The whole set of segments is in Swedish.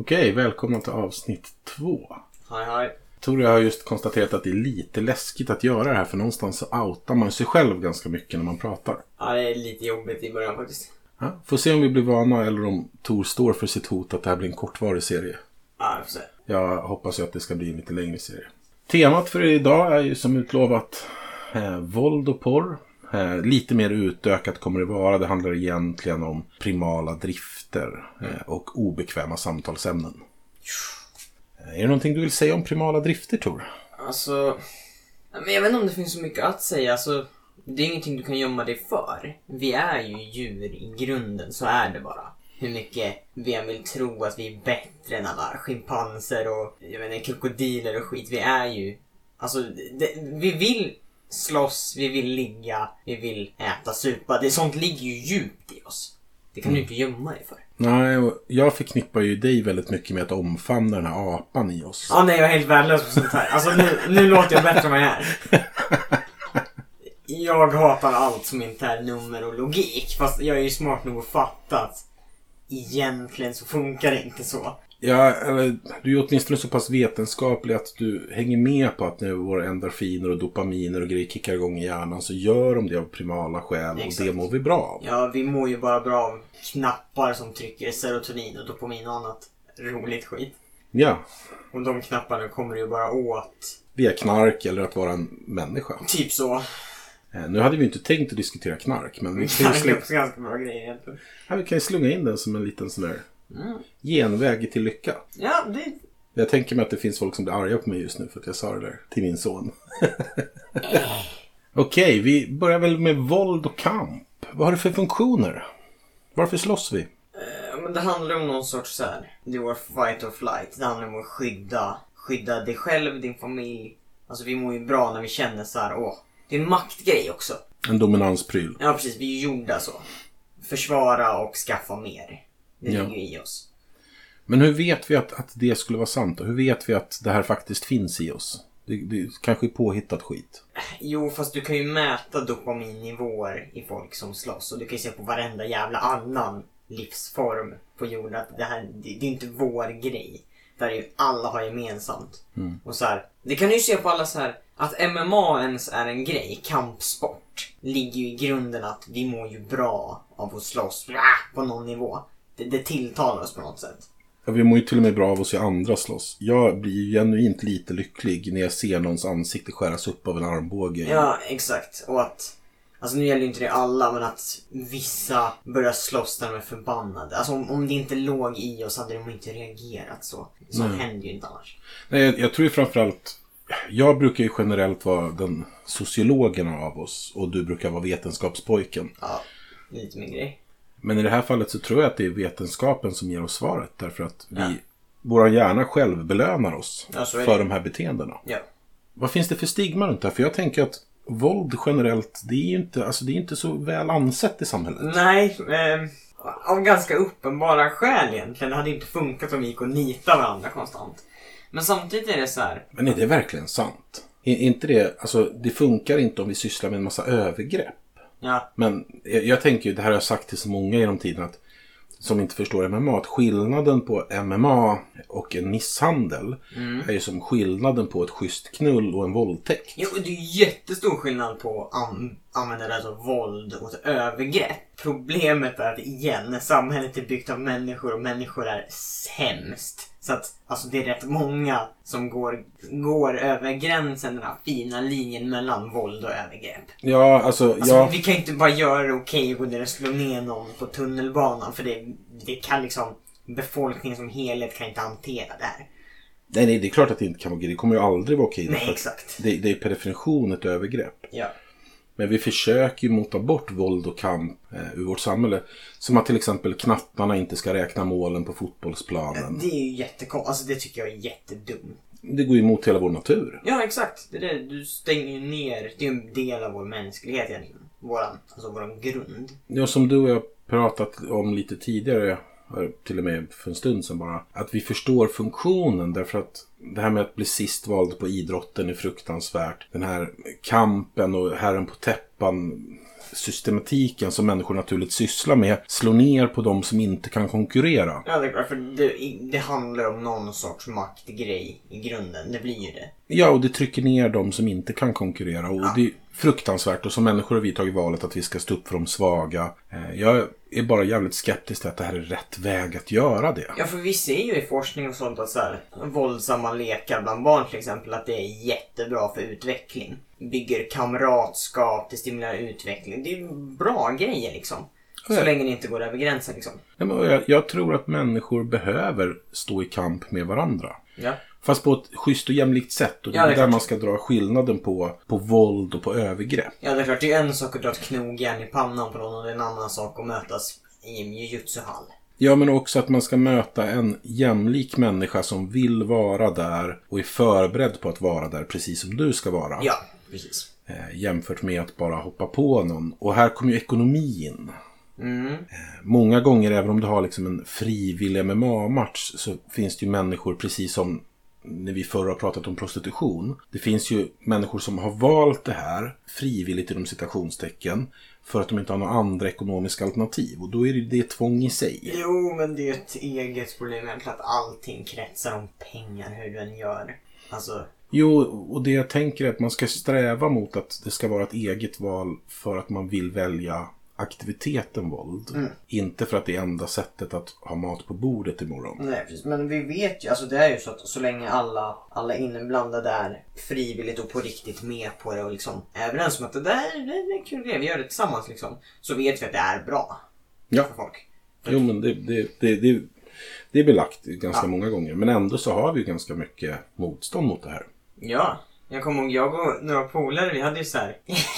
Okej, välkomna till avsnitt 2. Hej. Tor, jag har just konstaterat att det är lite läskigt att göra det här, för någonstans så outar man sig själv ganska mycket när man pratar. Ja, det är lite jobbigt i början faktiskt. Ja, får se om vi blir vana eller om Tor står för sitt hot att det här blir en kortvarig serie. Ja, jag får se. Jag hoppas ju att det ska bli en lite längre serie. Temat för idag är ju som utlovat våld och porr. Lite mer utökat kommer det vara. Det handlar egentligen om primala drifter och obekväma samtalsämnen. Är det någonting du vill säga om primala drifter, Tor? Alltså, men jag vet inte om det finns så mycket att säga. Alltså, det är ingenting du kan gömma dig för. Vi är ju djur i grunden, så är det bara. Hur mycket vi än vill tro att vi är bättre än alla schimpanser och jag vet inte, krokodiler och skit. Vi är ju, alltså, vi vill slåss, vi vill ligga, vi vill äta supa. Det sånt ligger ju djupt i oss. Det kan du inte gömma dig för. Nej, jag förknippar ju dig väldigt mycket med att omfamna den här apan i oss. Ja, nej, jag är helt värdelös på sånt här. Alltså nu låter jag bättre än vad jag är. Jag hatar allt som inte är nummer och logik. Fast jag är ju smart nog att fatta att egentligen så funkar det inte så. Ja, eller du är åtminstone så pass vetenskaplig att du hänger med på att när våra endorfiner och dopaminer och grejer kickar igång i hjärnan så gör de det av primala skäl. Exakt. Och det mår vi bra av. Ja, vi mår ju bara bra av knappar som trycker serotonin och dopamin och annat roligt skit. Ja. Och de knapparna kommer ju bara åt via knark eller att vara en människa. Typ så. Nu hade vi inte tänkt att diskutera knark, men vi kan ju ganska bra grejer egentligen. Ja, vi kan ju slunga in den som en liten sån där genväg till lycka. Ja, det... Jag tänker mig att det finns folk som blir arga på mig just nu för att jag sa det där till min son. Okej, vi börjar väl med våld och kamp. Vad har det för funktioner? Varför slåss vi? Men det handlar om någon sorts så här, det var fight or flight. Det handlar om att skydda dig själv, din familj. Alltså vi mår ju bra när vi känner så här, det är en maktgrej också. En dominanspryl. Ja, precis. Vi är gjorda så. Försvara och skaffa mer. Det ligger i oss. Men hur vet vi att det skulle vara sant? Och hur vet vi att det här faktiskt finns i oss? Det kanske är påhittat skit. Jo, fast du kan ju mäta dopaminnivåer i folk som slåss. Och du kan ju se på varenda jävla annan livsform på jorden att det är inte vår grej. Där ju alla har gemensamt. Och så här, det kan du ju se på alla så här, att MMA ens är en grej, kampsport, ligger ju i grunden att vi mår ju bra av att slåss på någon nivå. Det tilltalar oss på något sätt. Ja, vi mår ju till och med bra av att se andra slåss. Jag blir ju genuint lite lycklig när jag ser någons ansikte skäras upp av en armbåge. Ja, exakt. Och att, alltså nu gäller ju inte det alla, men att vissa börjar slåss när de är förbannade. Alltså om det inte låg i oss hade de inte reagerat så. Så händer ju inte annars. Nej, jag tror ju framförallt, jag brukar ju generellt vara den sociologen av oss och du brukar vara vetenskapspojken. Ja, lite min grej. Men i det här fallet så tror jag att det är vetenskapen som ger oss svaret. Därför att våra hjärna själv belönar oss för de här beteendena. Ja. Vad finns det för stigma runt det här? För jag tänker att våld generellt, det är ju inte så väl ansett i samhället. Nej, av ganska uppenbara skäl egentligen. Det hade inte funkat om vi gick och nita varandra konstant. Men samtidigt är det så här. Men är det verkligen sant? Inte det, alltså det funkar inte om vi sysslar med en massa övergrepp. Ja. Men jag tänker ju, det här har jag sagt till så många genom tiden att, som inte förstår MMA, att skillnaden på MMA och en misshandel är ju som skillnaden på ett schysst knull och en våldtäkt. Jo, det är jättestor skillnad på att använda det som våld och ett övergrepp. Problemet är att igen, samhället är byggt av människor och människor är sämst. Så att alltså, det är rätt många som går över gränsen, den här fina linjen mellan våld och övergrepp. Ja, alltså vi kan inte bara göra det okej och gå ner och slå ner någon på tunnelbanan. För det kan liksom, befolkningen som helhet kan inte hantera det här. Nej, det är klart att det inte kan vara okej. Det kommer ju aldrig vara okej. Nej, exakt. Det är per definition ett övergrepp. Ja. Men vi försöker ju mota bort våld och kamp ur vårt samhälle. Som att till exempel knattarna inte ska räkna målen på fotbollsplanen. Det är ju jättekonstigt. Alltså det tycker jag är jättedumt. Det går ju emot hela vår natur. Ja, exakt. Du stänger ju ner. Det är en del av vår mänsklighet egentligen. Våran grund. Ja, som du och jag pratat om lite tidigare, till och med för en stund sedan bara, att vi förstår funktionen, därför att det här med att bli sist vald på idrotten är fruktansvärt. Den här kampen och herren på täppan systematiken som människor naturligt sysslar med slår ner på de som inte kan konkurrera. Ja, det är klart, för det handlar om någon sorts maktgrej i grunden, det blir ju det. Ja, och det trycker ner de som inte kan konkurrera, och det är fruktansvärt, och som människor har vi tagit valet att vi ska stå upp för de svaga. Jag är bara jävligt skeptisk till att det här är rätt väg att göra det. Ja, för vi ser ju i forskning och sånt att så här, våldsamma lekar bland barn till exempel, att det är jättebra för utveckling. Bygger kamratskap, det stimulerar utveckling. Det är bra grejer liksom. Så länge det inte går över gränsen liksom. Ja, men jag tror att människor behöver stå i kamp med varandra. Ja. Fast på ett schysst och jämlikt sätt. Och det är där man ska dra skillnaden på våld och på övergrepp. Ja, det är klart. Det är en sak att dra ett knogjärn i pannan på någon, och det är en annan sak att mötas i en jujutsu-hall. Ja, men också att man ska möta en jämlik människa som vill vara där och är förberedd på att vara där precis som du ska vara. Ja, precis. Jämfört med att bara hoppa på någon. Och här kommer ju ekonomi in. Många gånger, även om du har liksom en frivillig MMA-match, så finns det ju människor, precis som när vi förr har pratat om prostitution. Det finns ju människor som har valt det här frivilligt inom citationstecken för att de inte har några andra ekonomiska alternativ. Och då är det tvång i sig. Jo, men det är ett eget problem egentligen att allting kretsar om pengar, hur du än gör. Alltså... Jo, och det jag tänker är att man ska sträva mot att det ska vara ett eget val för att man vill välja aktiviteten våld. Inte för att det är enda sättet att ha mat på bordet imorgon. Nej, precis. Men vi vet ju, alltså det är ju så att så länge alla inblandade är frivilligt och på riktigt med på det och liksom är överens om att det är kul grej, vi gör det tillsammans liksom, så vet vi att det är bra för folk. Jo, men det är belagt ganska många gånger. Men ändå så har vi ganska mycket motstånd mot det här. Ja, jag kommer ihåg, jag och några polare, vi hade ju så här...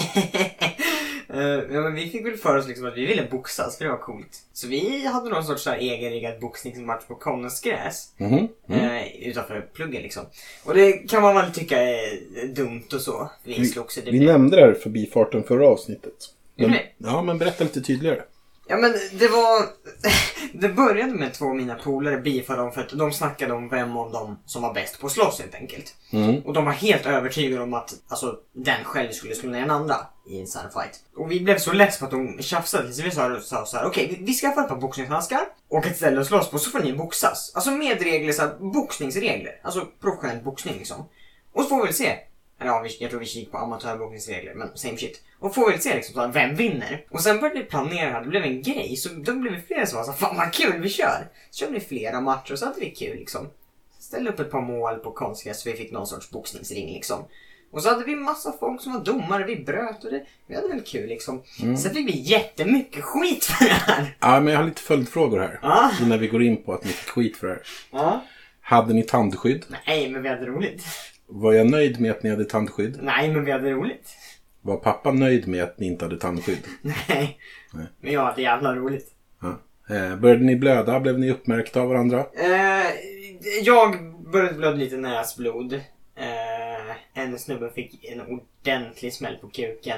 ja, men vi fick väl för oss liksom att vi ville boxas, för det var coolt. Så vi hade någon sorts egenriggad boxningsmatch på konstgräs. Utanför pluggen liksom. Och det kan man väl tycka är dumt och så. Vi nämnde det här förbi farten förra avsnittet. Men, ja, men berätta lite tydligare. Ja, men det började med 2 av mina polare beefade dem för att de snackade om vem av dem som var bäst på att slåss helt enkelt. Och de var helt övertygade om att alltså, den själv skulle slå ner den andra i en sån fight. Och vi blev så less på att de tjafsade, så vi sa så här: okej, vi ska få ett par boxningshandskar och ett ställe att slåss på, så får ni boxas. Alltså med regler, så här, boxningsregler. Alltså professionell boxning liksom. Och så får vi väl se. Ja, jag tror vi gick på amatörboxningsregler, men same shit. Och får vi se liksom, så vem vinner. Och sen började vi planera, det blev en grej. Så då blev vi flera som var så fan vad kul vi kör. Så körde vi flera matcher och så hade vi kul liksom. Ställde upp ett par mål på konstgräs så vi fick någon sorts boxningsring liksom. Och så hade vi massa folk som var domare, vi bröt och vi hade väl kul liksom. Så fick vi jättemycket skit för det här. Ja, men jag har lite följdfrågor här. Innan vi går in på att ni fick skit för det här. Hade ni tandskydd? Nej, men vi hade roligt. Var jag nöjd med att ni hade tandskydd? Nej, men vi hade roligt. Var pappa nöjd med att ni inte hade tandskydd? Nej. Men ja, det är jävla roligt. Började ni blöda? Blev ni uppmärkta av varandra? Jag började blöda lite näsblod. En snubbe fick en ordentlig smäll på kuken.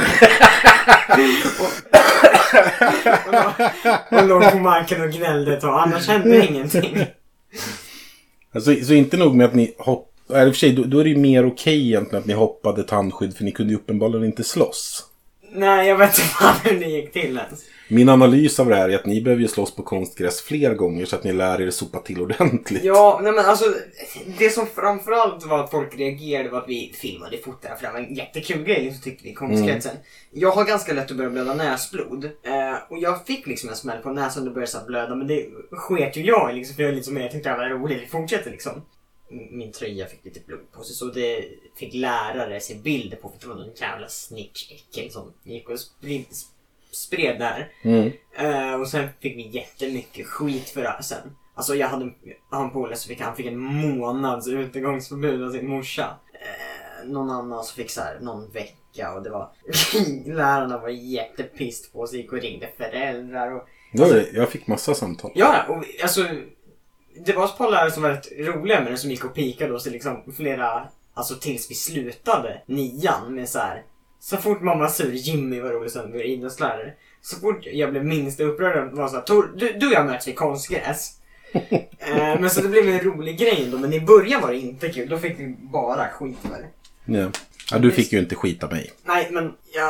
och låg på marken och gnällde ett tag. Annars hände ingenting. Alltså, så inte nog med att ni hoppade. I och för sig, då är det ju mer okej egentligen att ni hoppade tandskydd, för ni kunde ju uppenbarligen inte slåss. Nej, jag vet inte hur det gick till ens. Min analys av det här är att ni behöver ju slåss på konstgräs fler gånger så att ni lär er sopa till ordentligt. Ja, nej men alltså, det som framförallt var att folk reagerade var att vi filmade fotar, för det var en jättekul grej, så tyckte vi i kompiskretsen. Jag har ganska lätt att börja blöda näsblod. Och jag fick liksom en smäll på näsan och det började så blöda, men det sket ju jag liksom, för jag liksom, jag tyckte det var roligt, vi fortsätter liksom. Min tröja fick lite blod på sig, så det fick lärare se bilder på, för det var någon jävla snitch-äckel som gick och spred där. Och sen fick vi jättemycket skit för det här sen. Alltså jag hade en polare så han fick en månads utegångsförbud av sin morsa. Någon annan så fick så här någon vecka, och det var lärarna var jättepist på sig, gick och ringde föräldrar och alltså, jag fick massa samtal. Ja, och alltså det var ett par lärare som var rätt roliga med det, som gick och pikade oss liksom flera, alltså tills vi slutade 9:an med så här. Så fort mamma sur, Jimmy var rolig som var idrottslärare. Så fort jag blev minst upprörd var så här: Tor, du och jag möts vid konstgräs. Men så det blev en rolig grej ändå, men i början var det inte kul, då fick vi bara skit för det. Ja, du fick ju inte skita mig. Nej, men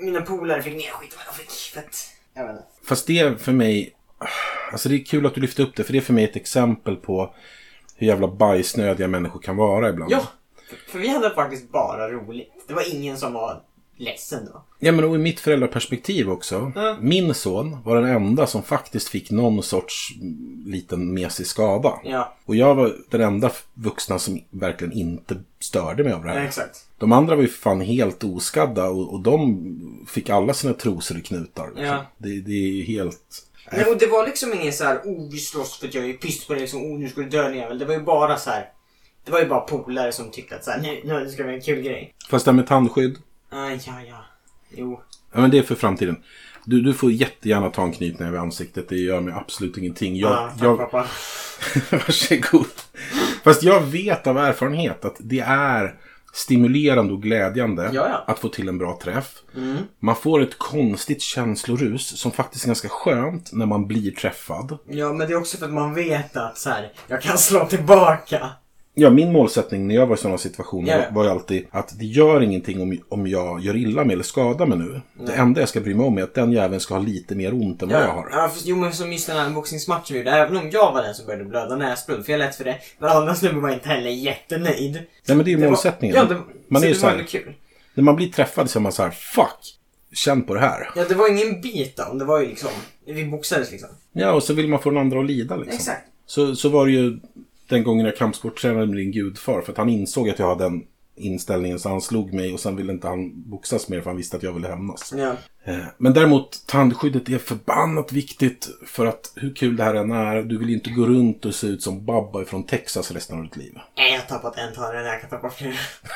mina polare fick ner skit vad de fick. För att, jag vet inte. Fast det är för mig... Alltså det är kul att du lyfter upp det, för det är för mig ett exempel på hur jävla bajsnödiga människor kan vara ibland. Ja, för vi hade faktiskt bara roligt. Det var ingen som var ledsen då. Ja, men och i mitt föräldraperspektiv också. Min son var den enda som faktiskt fick någon sorts liten mesig skada. Ja. Och jag var den enda vuxna som verkligen inte störde mig av det här. Ja, exakt. De andra var ju fan helt oskadda och de fick alla sina trosor i knutar. Liksom. Ja. Det är helt... Nej, och det var liksom ingen så här, vi slåss för att jag är pist på dig, liksom, nu ska du dö ner. Det var ju bara så här, det var ju bara polare som tyckte att så här, nu ska det vara en kul grej. Fast det med tandskydd. Ja. Jo. Ja, men det är för framtiden. Du får jättegärna ta en knytning över ansiktet. Det gör mig absolut ingenting. Tack, pappa. Varsågod. Fast jag vet av erfarenhet att det är stimulerande och glädjande att få till en bra träff. Man får ett konstigt känslorus som faktiskt är ganska skönt när man blir träffad. Ja, men det är också för att man vet att så här, jag kan slå tillbaka. Ja, min målsättning när jag var i sådana situationer var ju alltid att det gör ingenting om jag gör illa mig eller skadar mig nu. Det enda jag ska bry mig om är att den jäveln ska ha lite mer ont än vad jag har. Ja, jo, men som just den här boxningsmatchen vi gjorde, även om jag var den som började blöda näsblod, för jag lät för det, men andra snubben var inte heller jättenöjd. Nej, men det är ju målsättningen. Man är ju så här, kul. När man blir träffad så är man så här, fuck, känn på det här. Ja, det var ingen bit då, det var ju liksom, vi boxades liksom. Ja, och så vill man få den andra att lida liksom. Exakt. Så var det ju den gången jag kampsporttränade med din gudfar, för att han insåg att jag hade den inställningen, så han slog mig och sen ville inte han boxas mer för han visste att jag ville hämnas. Ja. Men däremot tandskyddet är förbannat viktigt, för att hur kul det här än är, du vill ju inte gå runt och se ut som Babba från Texas resten av ditt liv. Jag har tappat en tand, jag kan tappa fler.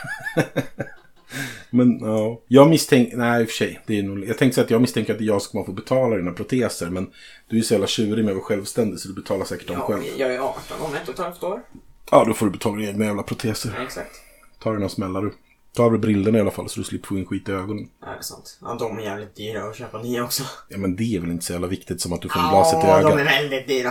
Men ja, jag misstänker, nej i och för sig, det är nog, jag tänkte säga att jag misstänker att jag ska få betala dina proteser, men du är så jävla tjurig med att vara självständig så du betalar säkert dem själv. Jag är 18 om 1,5 år. Ja, då får du betala dina egna jävla proteser. Ja, exakt. Ta dig några smällar du. Ta av dig brillorna i alla fall så du slipper få in skit i ögonen. Ja, det är sant. Ja, de är jävligt dyra att köpa nya också. Ja, men det är väl inte så jävla viktigt som att du får en glaset i ögat. Ja, de är väldigt dyra.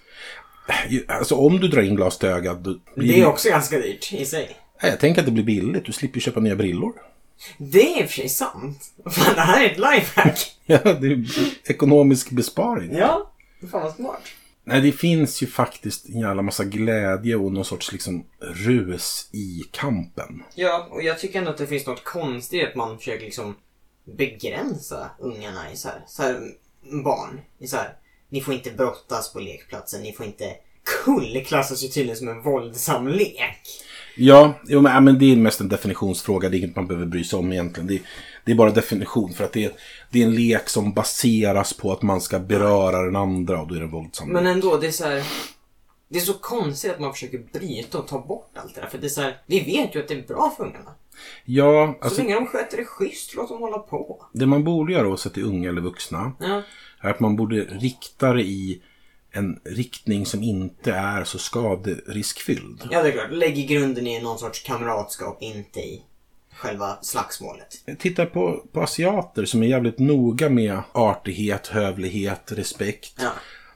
Alltså om du drar in glas till ögat, då blir det är också ganska dyrt i sig. Jag tänker att det blir billigt. Du slipper köpa nya brillor. Det är i och för sig sant. Fan, det här är ett lifehack. Ja, det är ekonomisk besparing. Ja, det fan vad smart. Nej, det finns ju faktiskt en jävla massa glädje och någon sorts liksom rus i kampen. Ja, och jag tycker ändå att det finns något konstigt att man försöker liksom begränsa ungarna i så här barn. I så här, ni får inte brottas på lekplatsen, ni får inte klassas ju tydligen som en våldsam lek. Ja, men det är mest en definitionsfråga. Det är inget man behöver bry sig om egentligen. Det är bara definition, för att det är en lek som baseras på att man ska beröra den andra, och då är det våldsam. Men ändå, det är så här, det är så konstigt att man försöker bryta och ta bort allt det där. För det är så här, vi vet ju att det är bra för ungarna. Ja, alltså, så länge de sköter det schysst, låt dem hålla på. Det man borde göra oavsett till unga eller vuxna är att man borde rikta det i en riktning som inte är så skaderiskfylld. Ja, det är klart. Lägg i grunden i någon sorts kamratskap, inte i själva slagsmålet. Titta på asiater som är jävligt noga med artighet, hövlighet, respekt. Ja.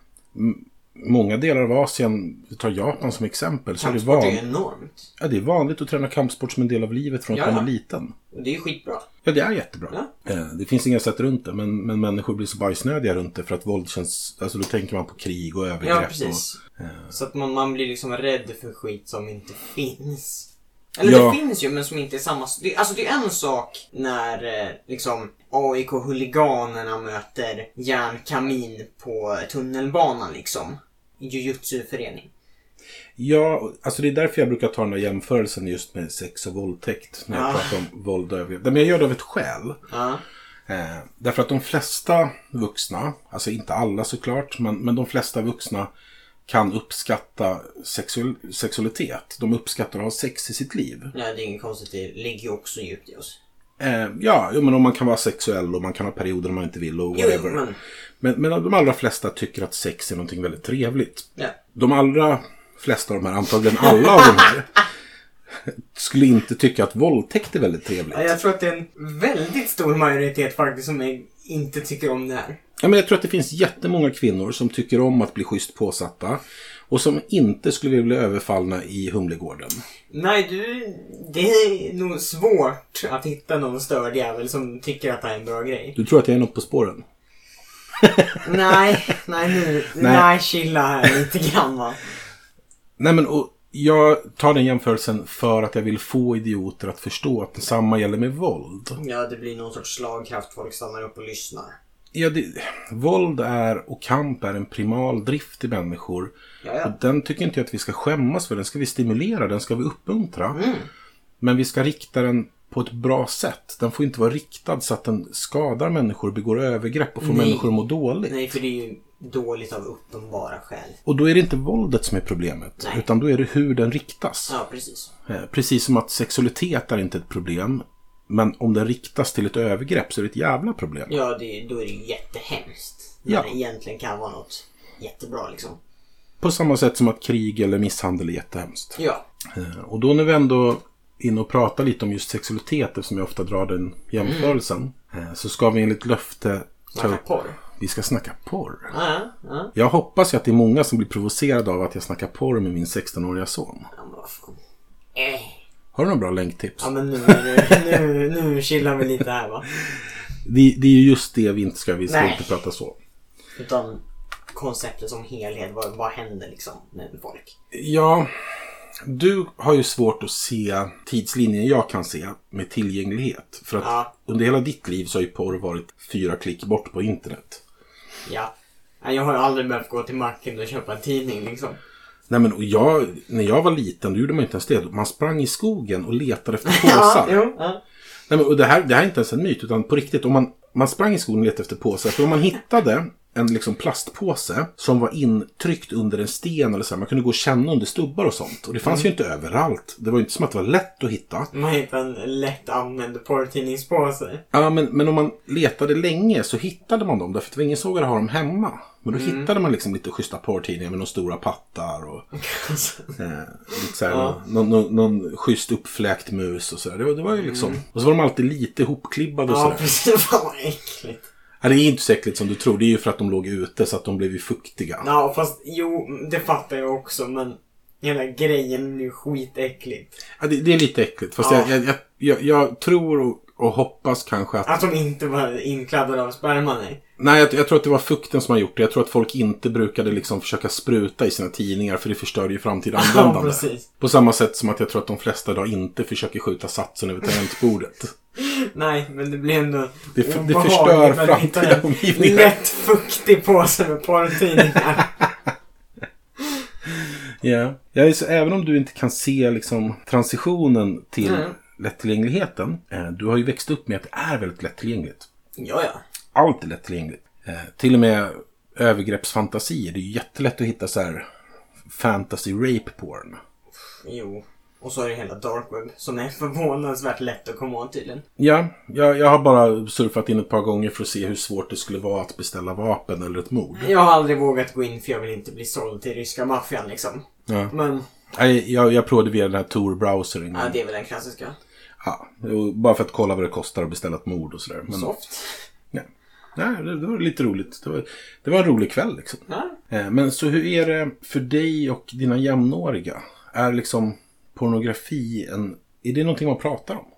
Många delar av Asien, vi tar Japan som exempel, så kampsport är enormt. Ja, det är vanligt att träna kampsport som en del av livet från att man är liten. Det är ju skitbra. Ja, det är jättebra. Ja. Det finns inga sätt runt det, men människor blir så bajsnödiga runt det för att våld känns, alltså då tänker man på krig och övergrepp. Ja, precis. Så att man blir liksom rädd för skit som inte finns. Eller det finns ju, men som inte är samma. Alltså det är en sak när liksom AIK-huliganerna möter järnkamin på tunnelbanan liksom. Jujutsu-förening. Ja, alltså det är därför jag brukar ta den där jämförelsen just med sex och våldtäkt när jag pratar om våld och övergrepp. Men jag gör det av ett skäl. Därför att de flesta vuxna, alltså inte alla såklart, men de flesta vuxna kan uppskatta sexualitet. De uppskattar att ha sex i sitt liv. Nej, det är inget konstigt. Det ligger ju också djupt i oss. Ja, men om man kan vara sexuell och man kan ha perioder man inte vill och whatever. Men de allra flesta tycker att sex är någonting väldigt trevligt. Ja. De allra flesta av de här, antagligen alla av de här, skulle inte tycka att våldtäkt är väldigt trevligt. Ja, jag tror att det är en väldigt stor majoritet faktiskt som inte tycker om det här. Ja, men jag tror att det finns jättemånga kvinnor som tycker om att bli schysst påsatta. Och som inte skulle vilja bli överfallna i Humlegården. Nej, det är nog svårt att hitta någon störd jävel som tycker att det är en bra grej. Du tror att jag är något på spåren? Nej, chilla här lite grann, va? Nej, men och jag tar den jämförelsen för att jag vill få idioter att förstå att detsamma gäller med våld. Ja, det blir någon sorts slagkraft, folk stannar upp och lyssnar. Ja, våld är och kamp är en primal drift i människor. Ja. Och den tycker inte jag att vi ska skämmas för. Den ska vi stimulera, den ska vi uppmuntra. Men vi ska rikta den på ett bra sätt. Den får inte vara riktad så att den skadar människor, begår övergrepp och får människor att må dåligt. Nej, för det är ju dåligt av uppenbara skäl. Och då är det inte våldet som är problemet. Nej. Utan då är det hur den riktas. Ja, precis. Precis som att sexualitet är inte ett problem. Men om den riktas till ett övergrepp så är det ett jävla problem. Ja, då är det ju jättehemskt. När det egentligen kan vara något jättebra liksom. På samma sätt som att krig eller misshandel är jättehemskt. Ja. Och då när vi ändå in och pratar lite om just sexualitet, eftersom jag ofta drar den jämförelsen, så ska vi enligt löfte snacka porr. Vi ska snacka porr. Ja. Jag hoppas ju att det är många som blir provocerade av att jag snackar porr med min 16-åriga son. Ja, men vad fan. Har du några bra länktips? Ja, men nu chillar vi lite här, va? Det är ju just det vi ska inte prata så. Utan konceptet som helhet, vad händer liksom med folk? Ja, du har ju svårt att se tidslinjen jag kan se med tillgänglighet. För att under hela ditt liv så har ju porr varit 4 klick bort på internet. Ja, jag har ju aldrig behövt gå till macken och köpa en tidning liksom. Nej, men när jag var liten då gjorde man inte ens det. Man sprang i skogen och letade efter påsar. Ja. Nej, men, och det här är inte ens en myt, utan på riktigt, om man sprang i skogen och letade efter påsar, för om man hittade en liksom plastpåse som var intryckt under en sten eller så här, man kunde gå och känna under stubbar och sånt. Och det fanns ju inte överallt. Det var ju inte som att det var lätt att hitta. Man hittade en lätt använd porrtidningspåse. Ja, men om man letade länge så hittade man dem, därför att det var ingen såg att ha dem hemma. Men då hittade man liksom lite schyssta porrtidningar med några stora pattar och lite så här, någon schysst uppfläkt mus och så där. Det var ju liksom. Och så var de alltid lite hopklibbade och så där. Ja, precis. Fan vad äckligt. Ja, det är inte så äckligt som du tror. Det är ju för att de låg ute så att de blev ju fuktiga. Ja, fast det fattar jag också, men hela grejen är ju skitäckligt. Ja, det är lite äckligt. Fast jag tror och hoppas kanske att de inte var inkladdade av sperma, nej. Nej, jag tror att det var fukten som har gjort det. Jag tror att folk inte brukade liksom försöka spruta i sina tidningar, för det förstör ju framtida användande. Ja, precis. På samma sätt som att jag tror att de flesta idag inte försöker skjuta satsen över tangentbordet. Nej, men det blir ändå det förstör framtida omgivningar. Lätt fuktig påse med porrtidningar. Ja. Även om du inte kan se liksom transitionen till lättillgängligheten. Du har ju växt upp med att det är väldigt lättillgängligt. Ja. Allt är lättillgängligt. Till och med övergreppsfantasier. Det är ju jättelätt att hitta så här fantasy rape porn. Jo. Och så är det hela dark web som är förvånansvärt lätt att komma åt tydligen. Ja, jag har bara surfat in ett par gånger för att se hur svårt det skulle vara att beställa vapen eller ett mord. Jag har aldrig vågat gå in för jag vill inte bli såld till ryska maffian liksom. Ja. Men jag provade via den här Tor-browsern. Ja, det är väl den klassiska. Ja, bara för att kolla vad det kostar att beställa ett mord och sådär. Men soft. Nej, det var lite roligt. Det var en rolig kväll liksom. Ja. Men så hur är det för dig och dina jämnåriga? Är liksom pornografi är det någonting man pratar om?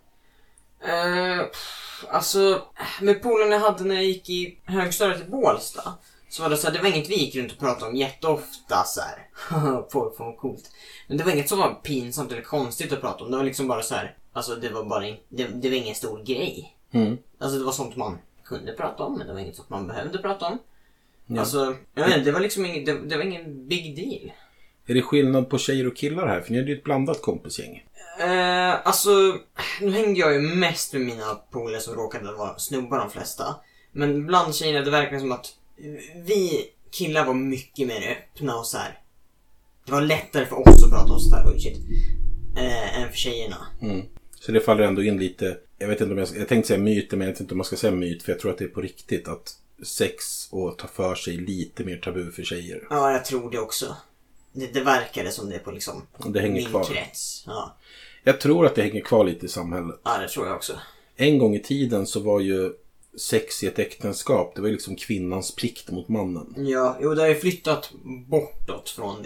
Alltså, med polarna jag hade när jag gick i högstadiet i Bålsta, så var det så här, det var inget vi gick runt och pratade om jätteofta så här. Porr var coolt. Men det var inget som var pinsamt eller konstigt att prata om. Det var liksom bara så här, alltså det var bara det var ingen stor grej. Alltså det var sånt man kunde prata om, men det var inget som man behövde prata om. Ja. Alltså, det var liksom det var ingen big deal. Är det skillnad på tjejer och killar här? För ni hade ju ett blandat kompisgäng. Alltså, nu hängde jag ju mest med mina polare som råkade vara snubbar de flesta. Men bland tjejerna det verkar som att vi killar var mycket mer öppna och så här. Det var lättare för oss att prata om så här än för tjejerna. Så det faller ändå in lite, jag vet inte om jag tänkte säga myter, men jag vet inte om man ska säga myt, för jag tror att det är på riktigt att sex och ta för sig lite mer tabu för tjejer. Ja, jag tror det också. Det verkade som det på liksom det hänger kvar. Krets. Ja. Jag tror att det hänger kvar lite i samhället. Ja, det tror jag också. En gång i tiden så var ju sex i ett äktenskap, det var ju liksom kvinnans plikt mot mannen. Ja, det har ju flyttat bortåt från det.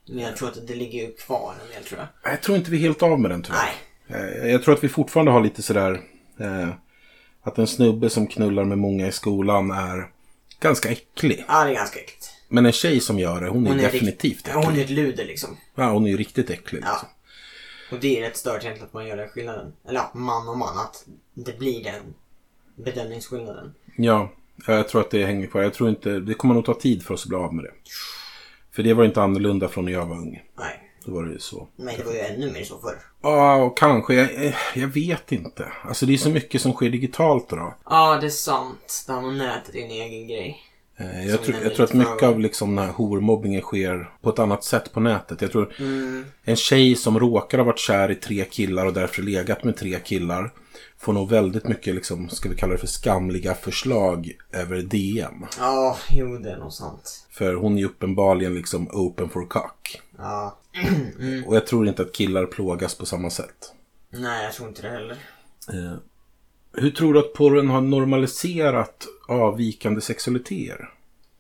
Men jag tror att det ligger ju kvar en del, tror jag. Jag tror inte vi är helt av med den, tror jag. Nej. Jag tror att vi fortfarande har lite sådär... att en snubbe som knullar med många i skolan är ganska äcklig. Ja, det är ganska äckligt. Men en tjej som gör det, hon är definitivt äcklig. Hon är ett luder liksom. Ja, hon är ju riktigt äcklig liksom. Ja. Och det är rätt stört egentligen att man gör den skillnaden. Eller ja, man och man, att det blir den bedömningsskillnaden. Ja, jag tror att det hänger på. Jag tror inte, det kommer nog ta tid för oss att bli av med det. För det var inte annorlunda från när jag var ung. Nej. Då var det ju så. Nej, det var ju ännu mer så förr. Ja, och kanske. Jag vet inte. Alltså det är så mycket som sker digitalt då. Ja, det är sant. Det här med nätet är en egen grej. Jag tror att mycket av liksom den här hormobbingen sker på ett annat sätt på nätet. Jag tror en tjej som råkar ha varit kär i 3 killar och därför legat med 3 killar får nog väldigt mycket, liksom, ska vi kalla det för skamliga förslag över DM. Ja, jo, det är nog sant. För hon är ju uppenbarligen liksom open for cock. Ja. Och jag tror inte att killar plågas på samma sätt. Nej, jag tror inte det heller. Hur tror du att porren har normaliserat avvikande sexualiteter?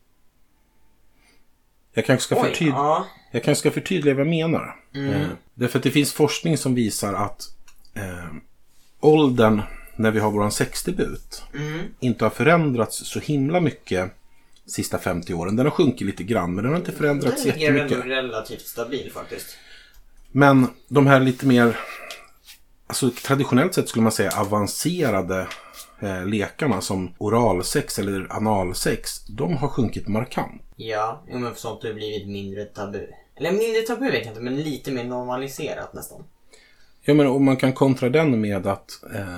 Jag kanske ska förtydliga vad jag menar. Därför att det finns forskning som visar att åldern när vi har våran sexdebut inte har förändrats så himla mycket sista 50 åren. Den har sjunkit lite grann, men den har inte förändrats jättemycket. Den är relativt stabil faktiskt. Men de här lite mer, alltså traditionellt sett skulle man säga avancerade lekarna som oralsex eller analsex, de har sjunkit markant. Ja, men för sånt har det blivit mindre tabu. Eller mindre tabu vet jag inte, men lite mer normaliserat nästan. Ja, men om man kan kontra den med att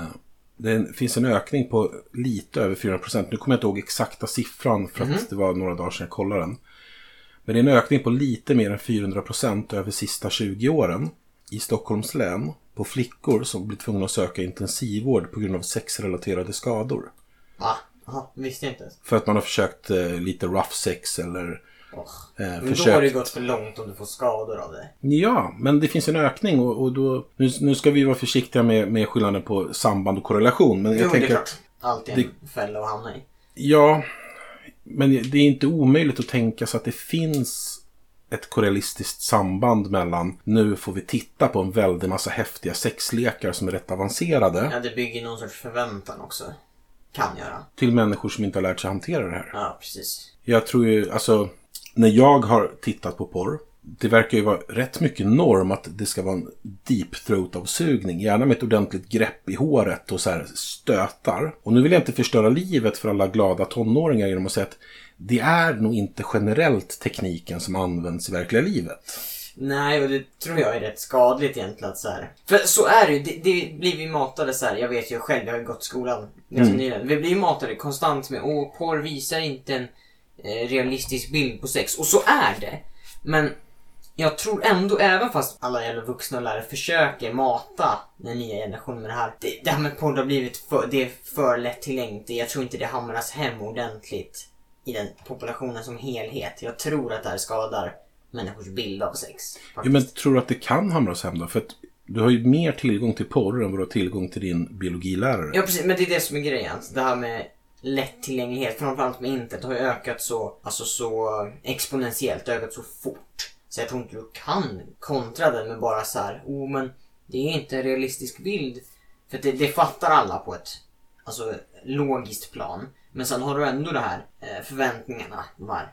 det finns en ökning på lite över 400%. Nu kommer jag inte ihåg exakta siffran för att det var några dagar sedan jag kollade den. Men det är en ökning på lite mer än 400% över sista 20 åren i Stockholms län på flickor som blir tvungna att söka intensivvård på grund av sexrelaterade skador. Aha, visste jag inte. För att man har försökt lite rough sex eller men då har det gått för långt om du får skador av det. Ja, men det finns en ökning och då, nu ska vi vara försiktiga med skillnaden på samband och korrelation. Men jag tänker det är klart. Alltid en fälla att hamna i. Ja, men det är inte omöjligt att tänka sig att det finns ett korrelistiskt samband mellan nu får vi titta på en väldig massa häftiga sexlekar som är rätt avancerade. Ja, det bygger någon sorts förväntan också. Kan göra. Till människor som inte har lärt sig hantera det här. Ja, precis. Jag tror ju, alltså, när jag har tittat på porr, det verkar ju vara rätt mycket norm att det ska vara en deep throat-avsugning. Gärna med ett ordentligt grepp i håret och så här stötar. Och nu vill jag inte förstöra livet för alla glada tonåringar genom att säga att det är nog inte generellt tekniken som används i verkliga livet. Nej, och det tror jag är rätt skadligt egentligen. Så här. För så är det ju, det blir vi matade så här. Jag vet ju själv, jag har gått skolan ganska nyligen. Vi blir matade konstant med, porr visar inte en realistisk bild på sex. Och så är det. Men jag tror ändå, även fast alla jävla vuxna och lärare försöker mata den nya generationen med det här. Det här med porr har blivit det är för lättillgängligt. Jag tror inte det hamras hem ordentligt i den populationen som helhet. Jag tror att det här skadar människors bild av sex. Ja, men tror du att det kan hamras hem då? För att du har ju mer tillgång till porr än vad du har tillgång till din biologilärare. Ja, precis. Men det är det som är grejen. Det här med lättillgänglighet, framförallt med internet, har ju ökat så exponentiellt, ökat så fort. Så jag tror inte du kan kontra den med bara så här, men det är inte en realistisk bild. För det fattar alla på ett logiskt plan. Men sen har du ändå det här förväntningarna, de här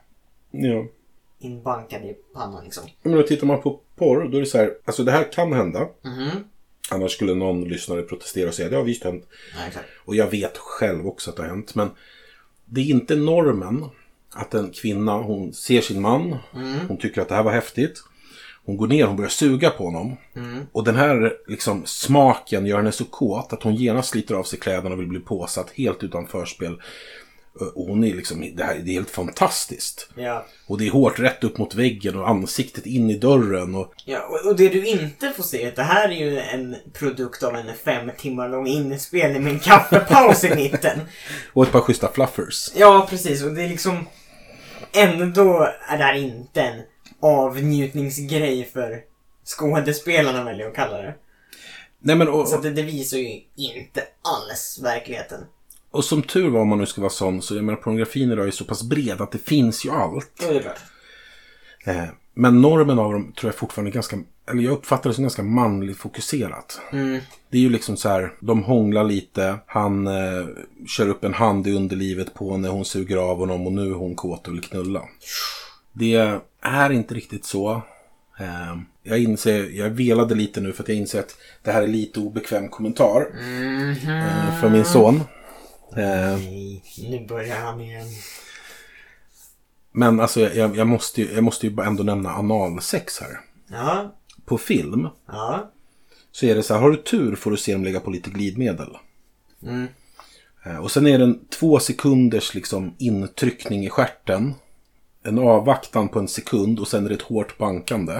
inbankade i pannan liksom. Men då tittar man på porr, då är det så här, alltså det här kan hända. Annars skulle någon lyssnare protestera och säga det har visst hänt. Ja, exakt. Och jag vet själv också att det har hänt. Men det är inte normen att en kvinna, hon ser sin man. Hon tycker att det här var häftigt. Hon går ner, hon börjar suga på honom. Och den här liksom smaken gör henne så kåt att hon genast sliter av sig kläderna och vill bli påsatt helt utan förspel. Och hon är liksom, det är helt fantastiskt. Ja. Och det är hårt rätt upp mot väggen och ansiktet in i dörren. Ja, och det du inte får se, det här är ju en produkt av en 5 timmar lång inspelning med en kaffepaus i mitten. Och ett par schyssta fluffers. Ja, precis. Och det är liksom, ändå är det här inte en avnjutningsgrej för skådespelarna, väljer att kalla det. Nej, men, så det visar ju inte alls verkligheten. Och som tur var, om man nu ska vara sån, så jag menar, pornografin idag är så pass bred att det finns ju allt. Ja, det är klart. Men normen av dem tror jag fortfarande är ganska, eller jag uppfattar det som ganska manligt fokuserat. Det är ju liksom så här, de hånglar lite, han kör upp en hand i underlivet på när hon suger av honom och nu är hon kåt och vill knulla. Det är inte riktigt så. Jag velade lite nu för att jag inser att det här är lite obekväm kommentar från min son. Nej, nu börjar han igen. Men alltså jag måste ju ändå nämna analsex här. Ja. På film. Ja. Så är det så här, har du tur får du se dem lägga på lite glidmedel. Och sen är det en 2 sekunders liksom intryckning i stjärten. En avvaktan på en sekund och sen är det ett hårt bankande.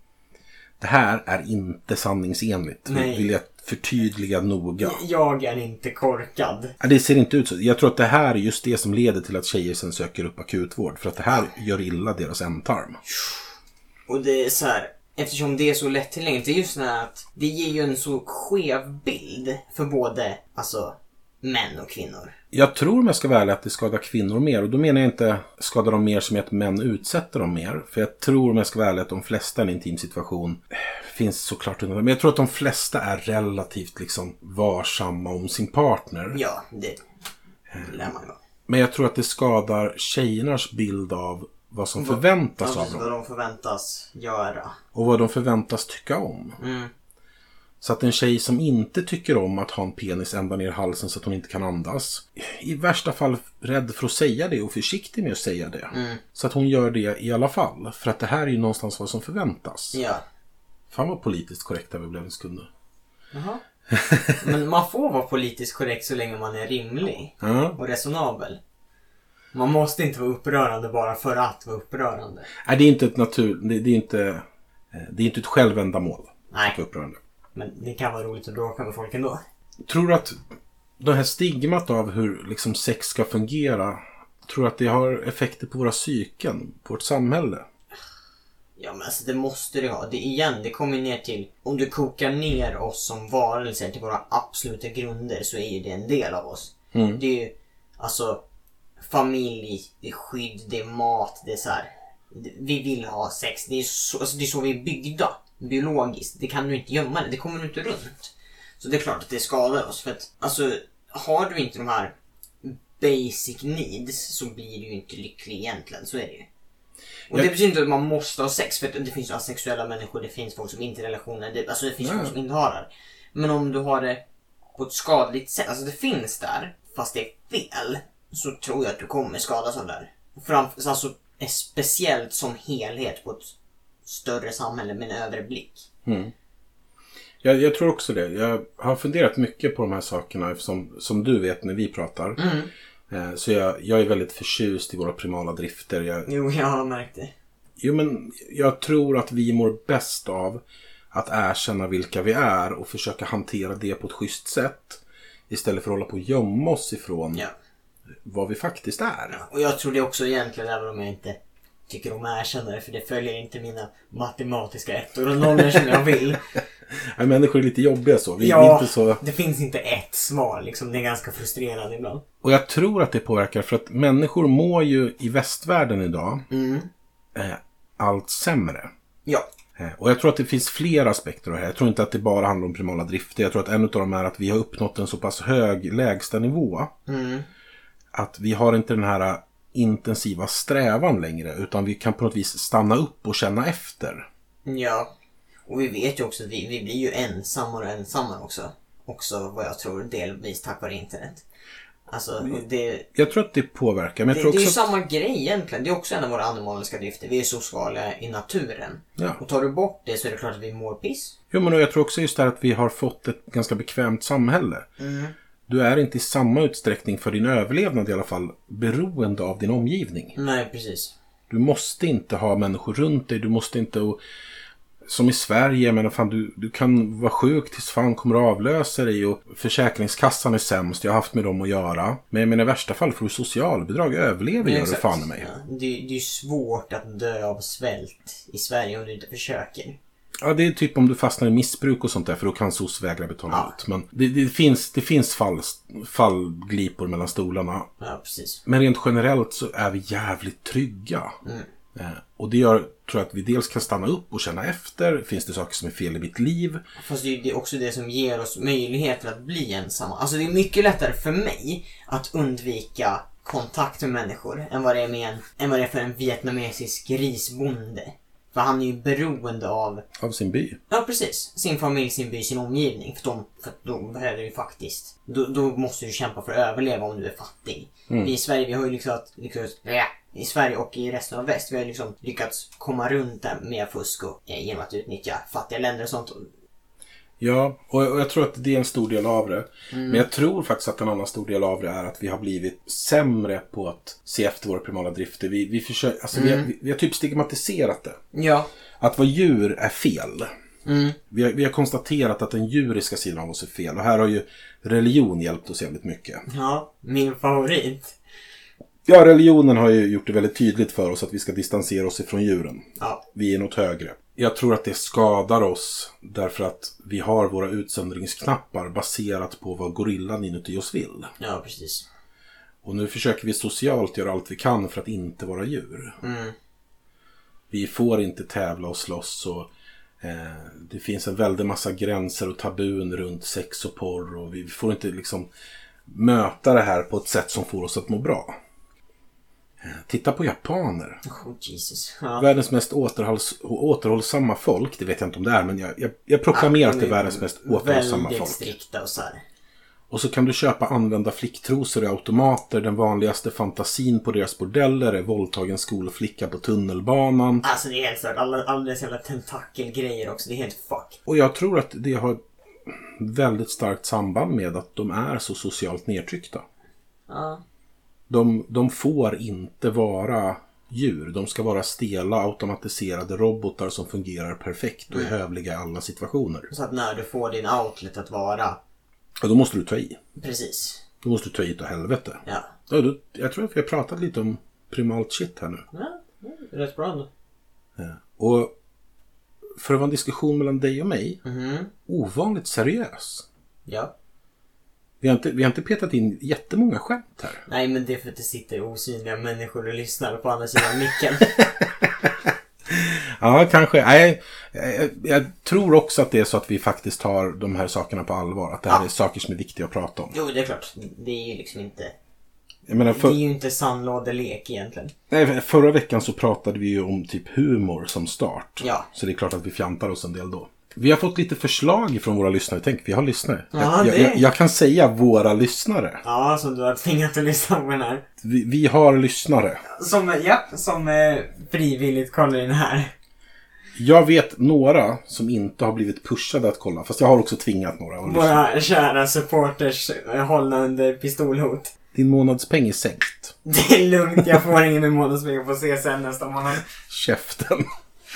Det här är inte sanningsenligt. Nej. Vill jag förtydliga noga. Jag är inte korkad. Det ser inte ut så. Jag tror att det här är just det som leder till att tjejer sen söker upp akutvård. För att det här gör illa deras ändtarm. Och det är så här, eftersom det är så lättillgängligt, det är just det här att det ger ju en så skev bild för både alltså män och kvinnor. Jag tror om jag ska välja att det skadar kvinnor mer. Och då menar jag inte skadar dem mer som att män utsätter dem mer. För jag tror om jag ska välja att de flesta i en intim situation finns såklart under. Men jag tror att de flesta är relativt liksom varsamma om sin partner. Ja, det lär man då. Men jag tror att det skadar tjejernas bild av vad som förväntas av dem. Vad de förväntas göra. Och vad de förväntas tycka om. Så att en tjej som inte tycker om att ha en penis ända ner i halsen så att hon inte kan andas. I värsta fall rädd för att säga det och försiktig med att säga det. Så att hon gör det i alla fall. För att det här är ju någonstans vad som förväntas. Ja. Fan vad politiskt korrekta vi blev en sekund. Jaha. Men man får vara politiskt korrekt så länge man är rimlig och resonabel. Man måste inte vara upprörande bara för att vara upprörande. Nej, det är inte ett det är inte ett självändamål. Nej. Att vara upprörande. Men det kan vara roligt att bråka med folk ändå. Tror du att det här stigmat av hur liksom sex ska fungera, tror du att det har effekter på våra psyken, på vårt samhälle? Ja, men alltså det måste det ha. Det kommer ner till, om du kokar ner oss som varelser till våra absoluta grunder, så är ju det en del av oss. Det är ju alltså familj, det är skydd, det är mat, det är så här. Vi vill ha sex, det är så vi är byggda biologiskt. Det kan du inte gömma det kommer du inte runt. Så det är klart att det skadar oss, för att alltså har du inte de här basic needs så blir du ju inte lycklig egentligen, så är det ju. Och det betyder inte att man måste ha sex, för det finns asexuella människor, det finns folk som inte är i relationer, det finns folk som inte har det. Men om du har det på ett skadligt sätt, alltså det finns där fast det är fel, så tror jag att du kommer skadas av det där. Alltså speciellt som helhet på ett större samhälle med en överblick. Jag tror också det. Jag har funderat mycket på de här sakerna som du vet när vi pratar. Så jag är väldigt förtjust i våra primala drifter. Jo, jag har märkt det. Jo, men jag tror att vi mår bäst av att erkänna vilka vi är och försöka hantera det på ett schysst sätt istället för att hålla på att gömma oss ifrån vad vi faktiskt är. Ja, och jag tror det också egentligen, även om jag inte tycker om att erkänna det, för det följer inte mina matematiska ettor och nollor som jag vill. Nej, människor är lite jobbiga så. Vi ja, inte så. Det finns inte ett svar liksom. Det är ganska frustrerande ibland. Och jag tror att det påverkar, för att människor mår ju i västvärlden idag allt sämre. Ja. Och jag tror att det finns flera aspekter av det här. Jag tror inte att det bara handlar om primala drifter. Jag tror att en av dem är att vi har uppnått en så pass hög lägsta nivå att vi har inte den här intensiva strävan längre, utan vi kan på något vis stanna upp och känna efter. Ja, och vi vet ju också att vi blir ju ensammare också vad jag tror delvis tack vare internet. Alltså, jag tror att det påverkar. Men det är ju samma grej egentligen. Det är också en av våra animaliska drifter. Vi är sociala i naturen. Ja. Och tar du bort det så är det klart att vi mår piss. Jo, men jag tror också just det att vi har fått ett ganska bekvämt samhälle. Du är inte i samma utsträckning för din överlevnad i alla fall beroende av din omgivning. Nej, precis. Du måste inte ha människor runt dig. Du måste inte... Som i Sverige, men fan, du kan vara sjuk tills fan kommer att avlösa dig och försäkringskassan är sämst. Jag har haft med dem att göra. Men i värsta fall får du socialbidrag. Överlever gör du fan med mig. Ja, det är svårt att dö av svält i Sverige om du inte försöker. Ja, det är typ om du fastnar i missbruk och sånt där, för då kan SOS vägra betala ut. Men det finns fallglipor mellan stolarna. Ja, precis. Men rent generellt så är vi jävligt trygga. Och det gör, tror jag, att vi dels kan stanna upp och känna efter. Finns det saker som är fel i mitt liv? Fast det är också det som ger oss möjligheter att bli ensamma. Alltså det är mycket lättare för mig att undvika kontakt med människor än vad det är för en vietnamesisk risbonde. För han är ju beroende av sin by. Ja, precis. Sin familj, sin by, sin omgivning. För då behöver du faktiskt... Då måste du kämpa för att överleva om du är fattig. Vi i Sverige, vi har ju lyckats i Sverige och i resten av väst, vi har liksom lyckats komma runt där med fusk och genom att utnyttja fattiga länder och sånt. Ja, och jag tror att det är en stor del av det. Men jag tror faktiskt att en annan stor del av det är att vi har blivit sämre på att se efter våra primala drifter. Vi försöker, alltså vi har typ stigmatiserat det. Ja. Att vara djur är fel. Vi har konstaterat att den djuriska sidan av oss är fel. Och här har ju religion hjälpt oss jävligt mycket. Ja, min favorit. Ja, religionen har ju gjort det väldigt tydligt för oss att vi ska distansera oss ifrån djuren. Ja. Vi är något högre. Jag tror att det skadar oss därför att vi har våra utsöndringsknappar baserat på vad gorillan inuti oss vill. Ja, precis. Och nu försöker vi socialt göra allt vi kan för att inte vara djur. Vi får inte tävla och slåss och det finns en väldig massa gränser och tabun runt sex och porr och vi får inte liksom möta det här på ett sätt som får oss att må bra. Titta på japaner. Oh, Jesus. Ja. Världens mest återhållsamma folk, det vet jag inte om det är, men jag proklamerar att det är världens mest återhållsamma folk. Väldigt strikta och så här. Och så kan du köpa använda flicktrosor i automater. Den vanligaste fantasin på deras bordeller är våldtagen skolflicka på tunnelbanan. Alltså det är helt stört. Alla dessa jävla tentakelgrejer också. Det är helt fuck. Och jag tror att det har väldigt starkt samband med att de är så socialt nedtryckta. Ja. De får inte vara djur. De ska vara stela, automatiserade robotar som fungerar perfekt och är hövliga i alla situationer. Så att när du får din outlet att vara... Ja, då måste du ta i. Precis. Då måste du ta i till helvete. Ja. Jag tror att vi har pratat lite om primalt shit här nu. Ja, det är rätt bra ändå. Ja. Och för att vara en diskussion mellan dig och mig, ovanligt seriös. Ja. Vi har inte petat in jättemånga skämt här. Nej, men det är för att det sitter osynliga människor och lyssnar på andra sidan micken. Ja, kanske. Nej, jag tror också att det är så att vi faktiskt tar de här sakerna på allvar. Att det här är saker som är viktiga att prata om. Jo, det är klart. Det är ju liksom inte... Jag menar, det är ju inte sandlådelek egentligen. Nej, förra veckan så pratade vi ju om typ humor som start. Ja. Så det är klart att vi fjantar oss en del då. Vi har fått lite förslag från våra lyssnare. Tänk, vi har lyssnare. Ja, jag kan säga våra lyssnare. Ja, som du har tvingat att lyssna på den här. Vi har lyssnare. Som frivilligt kollar in här. Jag vet några som inte har blivit pushade att kolla. Fast jag har också tvingat några att lyssna. Våra kära supporters hållna under pistolhot. Din månadspeng är sänkt. Det är lugnt, jag får ingen månadspeng på CSN nästa månad. Käften.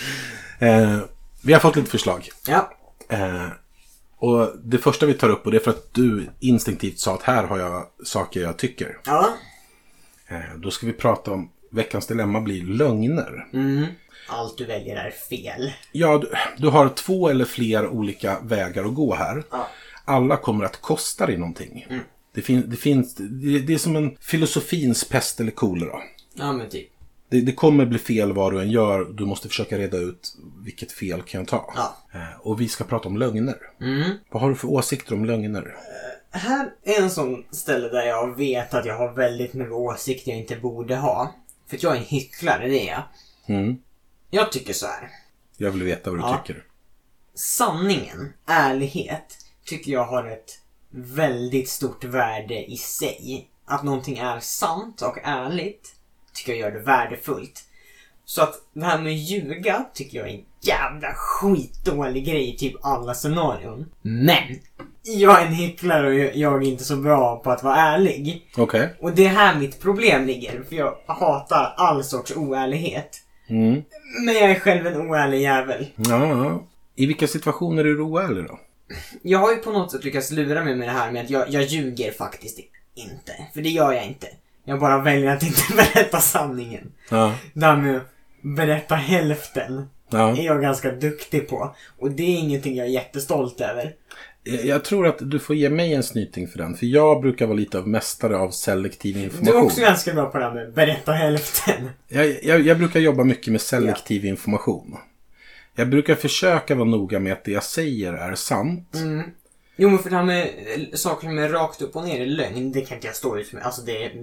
Vi har fått lite förslag. Ja. Och det första vi tar upp, och det är för att du instinktivt sa att här har jag saker jag tycker. Ja. Då ska vi prata om veckans dilemma blir lögner. Allt du väljer är fel. Ja, du har 2 eller fler olika vägar att gå här. Ja. Alla kommer att kosta dig någonting. Det är som en filosofins pest eller kolera. Ja, men typ. Det kommer bli fel vad du än gör. Du måste försöka reda ut vilket fel kan jag ta. Ja. Och vi ska prata om lögner. Vad har du för åsikter om lögner? Här är en sån ställe där jag vet att jag har väldigt mycket åsikter jag inte borde ha. För att jag är en hycklare, det är jag. Jag tycker så här. Jag vill veta vad du tycker. Sanningen, ärlighet, tycker jag har ett väldigt stort värde i sig. Att någonting är sant och ärligt tycker jag gör det värdefullt. Så att det här med ljuga tycker jag är en jävla skitdålig grej i typ alla scenarion. Men jag är en hycklare och jag är inte så bra på att vara ärlig. Okej. Och det är här mitt problem ligger. För jag hatar all sorts oärlighet. Men jag är själv en oärlig jävel. Ja. I vilka situationer är du oärlig då? Jag har ju på något sätt lyckats lura mig med det här med att jag ljuger faktiskt inte. För det gör jag inte. Jag bara väljer att inte berätta sanningen. Ja. Där med berätta hälften är jag ganska duktig på. Och det är ingenting jag är jättestolt över. Jag tror att du får ge mig en snyting för den. För jag brukar vara lite av mästare av selektiv information. Du är också ganska bra på det här med berätta hälften. Jag brukar jobba mycket med selektiv information. Jag brukar försöka vara noga med att det jag säger är sant. Jo, men för det här med saker som är rakt upp och ner i lögn, det kan inte jag stå ut med. Alltså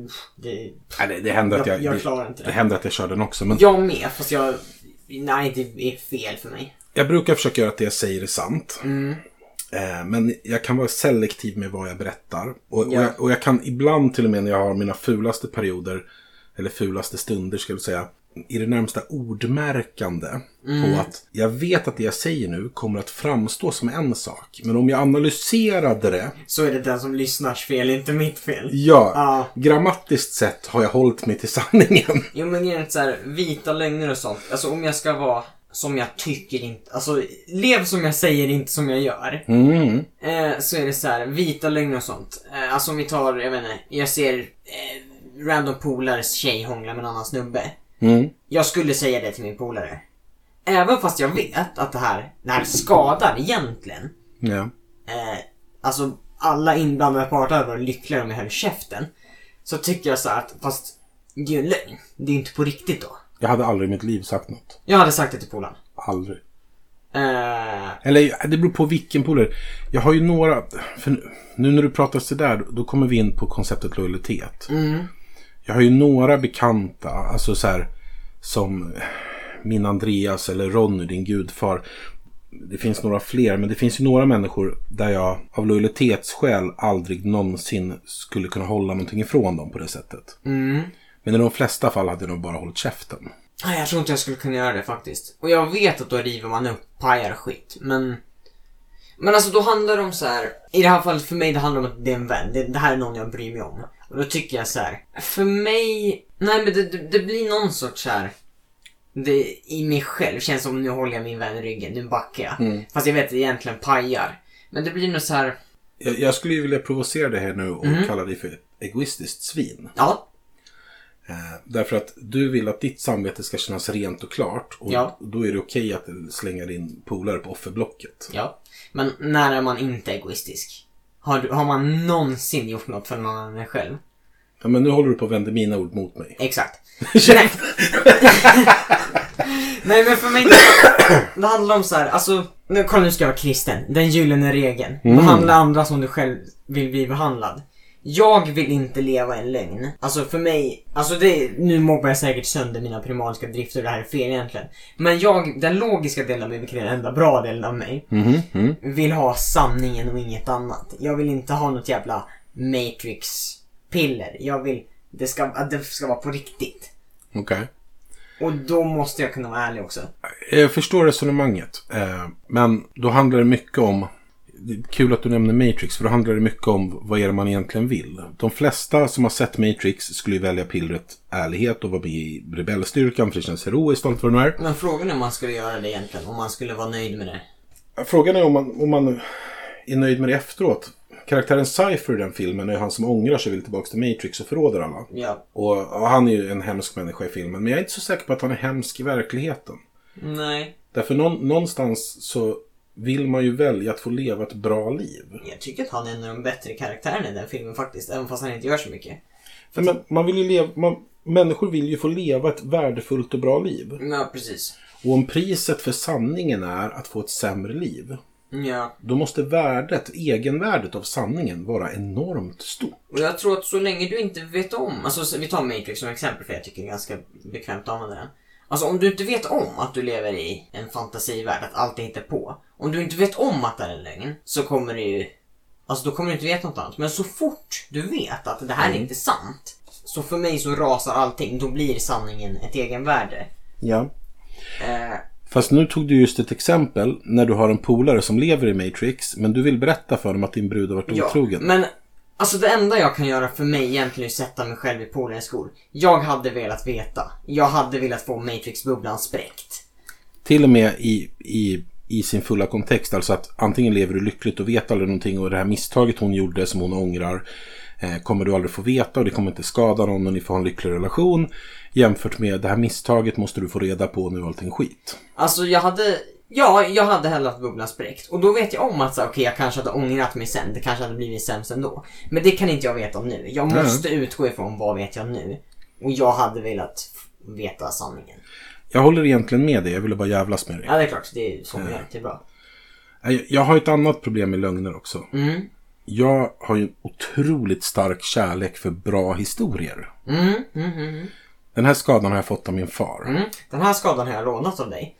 det händer att jag klarar inte det. Det händer att jag kör den också. Men jag med, fast nej, det är fel för mig. Jag brukar försöka göra att det jag säger är sant. Men jag kan vara selektiv med vad jag berättar. Och jag kan ibland till och med när jag har mina fulaste perioder, eller fulaste stunder ska jag säga, i det närmsta ordmärkande på att jag vet att det jag säger nu kommer att framstå som en sak. Men om jag analyserade det, så är det den som lyssnars fel, inte mitt fel. Ja, grammatiskt sett har jag hållit mig till sanningen. Jo, men det är så här, vita lögner och sånt. Alltså om jag ska vara som jag tycker inte, alltså lev som jag säger, inte som jag gör. Så är det så här, vita lögner och sånt. Alltså om vi tar, jag vet inte, jag ser random polares tjej hångla med en annan snubbe. Jag skulle säga det till min polare. Även fast jag vet att det här skadar egentligen. Ja. Alltså alla inblandade parter var lyckliga om jag höll käften. Så tycker jag så här att, fast det är en lögn. Det är inte på riktigt då. Jag hade aldrig i mitt liv sagt något. Jag hade sagt det till polaren. Aldrig. Eller det beror på vilken polare. Jag har ju några, för nu när du pratar så där, då kommer vi in på konceptet lojalitet. Jag har ju några bekanta, alltså så här, som min Andreas eller Ronny, din gudfar. Det finns några fler, men det finns ju några människor där jag av lojalitetsskäl aldrig någonsin skulle kunna hålla någonting ifrån dem på det sättet. Men i de flesta fall hade jag nog bara hållit käften. Jag tror inte jag skulle kunna göra det faktiskt. Och jag vet att då river man upp pajar skit. Men alltså då handlar det om så här. I det här fallet för mig det handlar om att det är en vän. Det här är någon jag bryr mig om. Och då tycker jag så här. För mig, nej men det blir någon sorts så här. Det i mig själv känns som nu håller jag min vän i ryggen. Nu backar jag. Fast jag vet att det egentligen pajar. Men det blir nog så här. Jag skulle ju vilja provocera det här nu och kalla dig för ett egoistiskt svin. Ja. Därför att du vill att ditt samvete ska kännas rent och klart. Och då är det okej att slänga din polare på offerblocket. Ja, men när är man inte egoistisk? Har man någonsin gjort något för någon annan än själv? Ja, men nu håller du på att vända mina ord mot mig. Exakt. Nej, men för mig det handlar om så här. Alltså, nu ska jag vara kristen. Den gyllene regeln. Behandla andra som du själv vill bli behandlad. Jag vill inte leva en lögn. Alltså för mig, alltså nu mobbar jag säkert sönder mina primariska drifter, det här är fel egentligen. Men den logiska delen av mig, vilket är den enda bra delen av mig, vill ha sanningen och inget annat. Jag vill inte ha något jävla Matrix-piller. Jag vill att det ska vara på riktigt. Okej. Och då måste jag kunna vara ärlig också. Jag förstår resonemanget. Men då handlar det mycket om, det är kul att du nämner Matrix, för då handlar det mycket om vad är det man egentligen vill. De flesta som har sett Matrix skulle välja pillret ärlighet och vara med i rebellstyrkan, för det känns heroiskt allt vad det är. Men frågan är om man skulle göra det egentligen, om man skulle vara nöjd med det. Frågan är om man är nöjd med det efteråt. Karaktären Cypher i den filmen är han som ångrar sig, vill tillbaka till Matrix och förråder alla. Ja. Och han är ju en hemsk människa i filmen, men jag är inte så säker på att han är hemsk i verkligheten. Nej. Därför någonstans så vill man ju välja att få leva ett bra liv. Jag tycker att han är en av de bättre karaktärerna i den filmen faktiskt, även fast han inte gör så mycket. Men man vill ju människor vill ju få leva ett värdefullt och bra liv. Ja, precis. Och om priset för sanningen är att få ett sämre liv, då måste egenvärdet av sanningen vara enormt stort. Och jag tror att så länge du inte vet om, alltså vi tar Matrix som exempel, för jag tycker det är ganska bekvämt att använda den. Alltså om du inte vet om att du lever i en fantasivärld, att allt är inte på. Om du inte vet om att det är en lögn, så kommer det ju, alltså då kommer du inte veta något annat. Men så fort du vet att det här är inte sant, så för mig så rasar allting. Då blir sanningen ett egenvärde. Ja. Fast nu tog du just ett exempel när du har en polare som lever i Matrix, men du vill berätta för dem att din brud har varit otrogen. Men alltså det enda jag kan göra för mig egentligen är att sätta mig själv i polarens skor. Jag hade velat veta. Jag hade velat få Matrix-bubblan spräckt. Till och med i sin fulla kontext, alltså att antingen lever du lyckligt och vet aldrig någonting, och det här misstaget hon gjorde som hon ångrar, kommer du aldrig få veta och det kommer inte skada någon och ni får ha en lycklig relation. Jämfört med det här misstaget måste du få reda på nu allting skit. Alltså jag hade hellre att bubblan spräckt. Och då vet jag om att okej, jag kanske hade ångrat mig sen. Det kanske hade blivit sämst ändå. Men det kan inte jag veta om nu. Jag måste utgå ifrån vad vet jag nu. Och jag hade velat veta sanningen. Jag håller egentligen med dig, jag ville bara jävlas med dig. Ja, det är klart, det är så det är bra. Jag har ett annat problem med lögner också. Jag har ju en otroligt stark kärlek för bra historier. Den här skadan har jag fått av min far. Den här skadan har jag lånat av dig.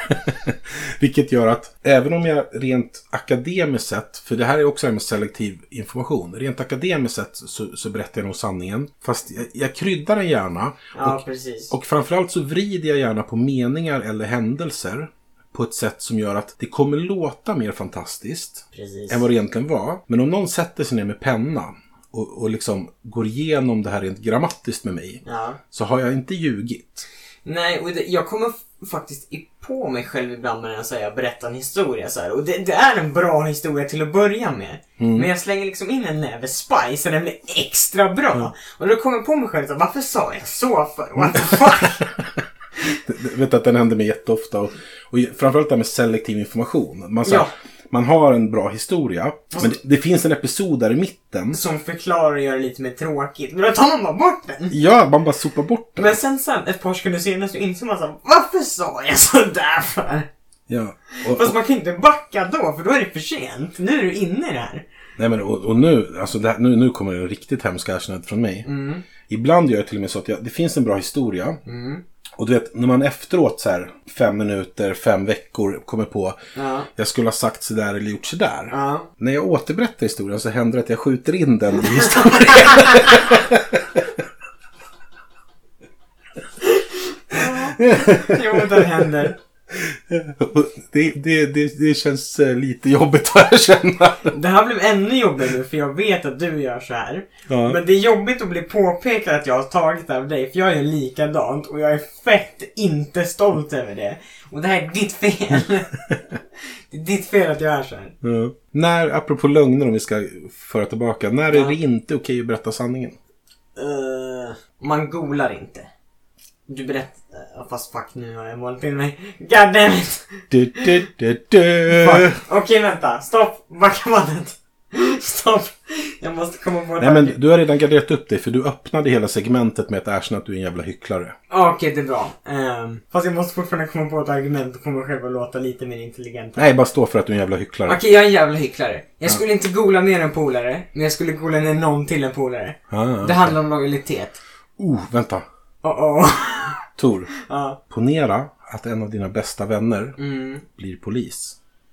Vilket gör att även om jag rent akademiskt sett, för det här är också en selektiv information, rent akademiskt sett så berättar jag nog sanningen. Fast jag kryddar den gärna. Ja, precis. Och framförallt så vrider jag gärna på meningar eller händelser på ett sätt som gör att det kommer låta mer fantastiskt än vad det egentligen var. Men om någon sätter sig ner med penna och liksom går igenom det här rent grammatiskt med mig, så har jag inte ljugit. Nej, och jag kommer faktiskt på mig själv ibland när jag säger berätta en historia så här. Och det är en bra historia till att börja med. Men jag slänger liksom in en näve spice och den blir extra bra. Och då kommer jag på mig själv så, varför sa jag så för? What the fuck? Jag vet att den händer mig jätteofta. Och framförallt det här med selektiv information. Man har en bra historia, men det finns en episod där i mitten som förklarar och gör det lite mer tråkigt. Men då tar man bara bort den. Ja, man bara sopar bort den. Men sen ett par sekunder senare så inser man så, varför sa jag så där för? Ja. Fast man kan inte backa då, för då är det för sent. Nu är du inne i det här. Nej, men och nu, alltså nu kommer det en riktigt hemsk erkännande från mig. Ibland gör jag till och med så att det finns en bra historia. Och du vet, när man efteråt så här 5 minuter, 5 veckor kommer på jag skulle ha sagt så där eller gjort så där. När jag återberättar historien så händer det att jag skjuter in den i historien. Jo, det händer. Det känns lite jobbigt att erkänna. Det här blev ännu jobbigare nu, för jag vet att du gör så här. Men det är jobbigt att bli påpekad att jag har tagit av dig, för jag är likadant och jag är fett inte stolt över det. Och det här är ditt fel. Det är ditt fel att jag är så här. När, apropå lögner, om vi ska föra tillbaka, när är det inte okej att berätta sanningen? Man golar inte. Du berättar, fast fuck, nu har jag målat in mig. God damn it. Okej, vänta, stopp, backa bandet. Stopp, jag måste komma på det. Nej, men du har redan garderat upp dig, för du öppnade hela segmentet med att erkänna att du är en jävla hycklare. Okej, det är bra. Fast jag måste fortfarande komma på ett argument och kommer själv att låta lite mer intelligent. Nej, bara stå för att du är en jävla hycklare. Okej, jag är en jävla hycklare. Jag skulle inte gola ner en polare, men jag skulle gola ner någon till en polare. Det handlar om lojalitet. Vänta. Tor, ponera att en av dina bästa vänner blir polis.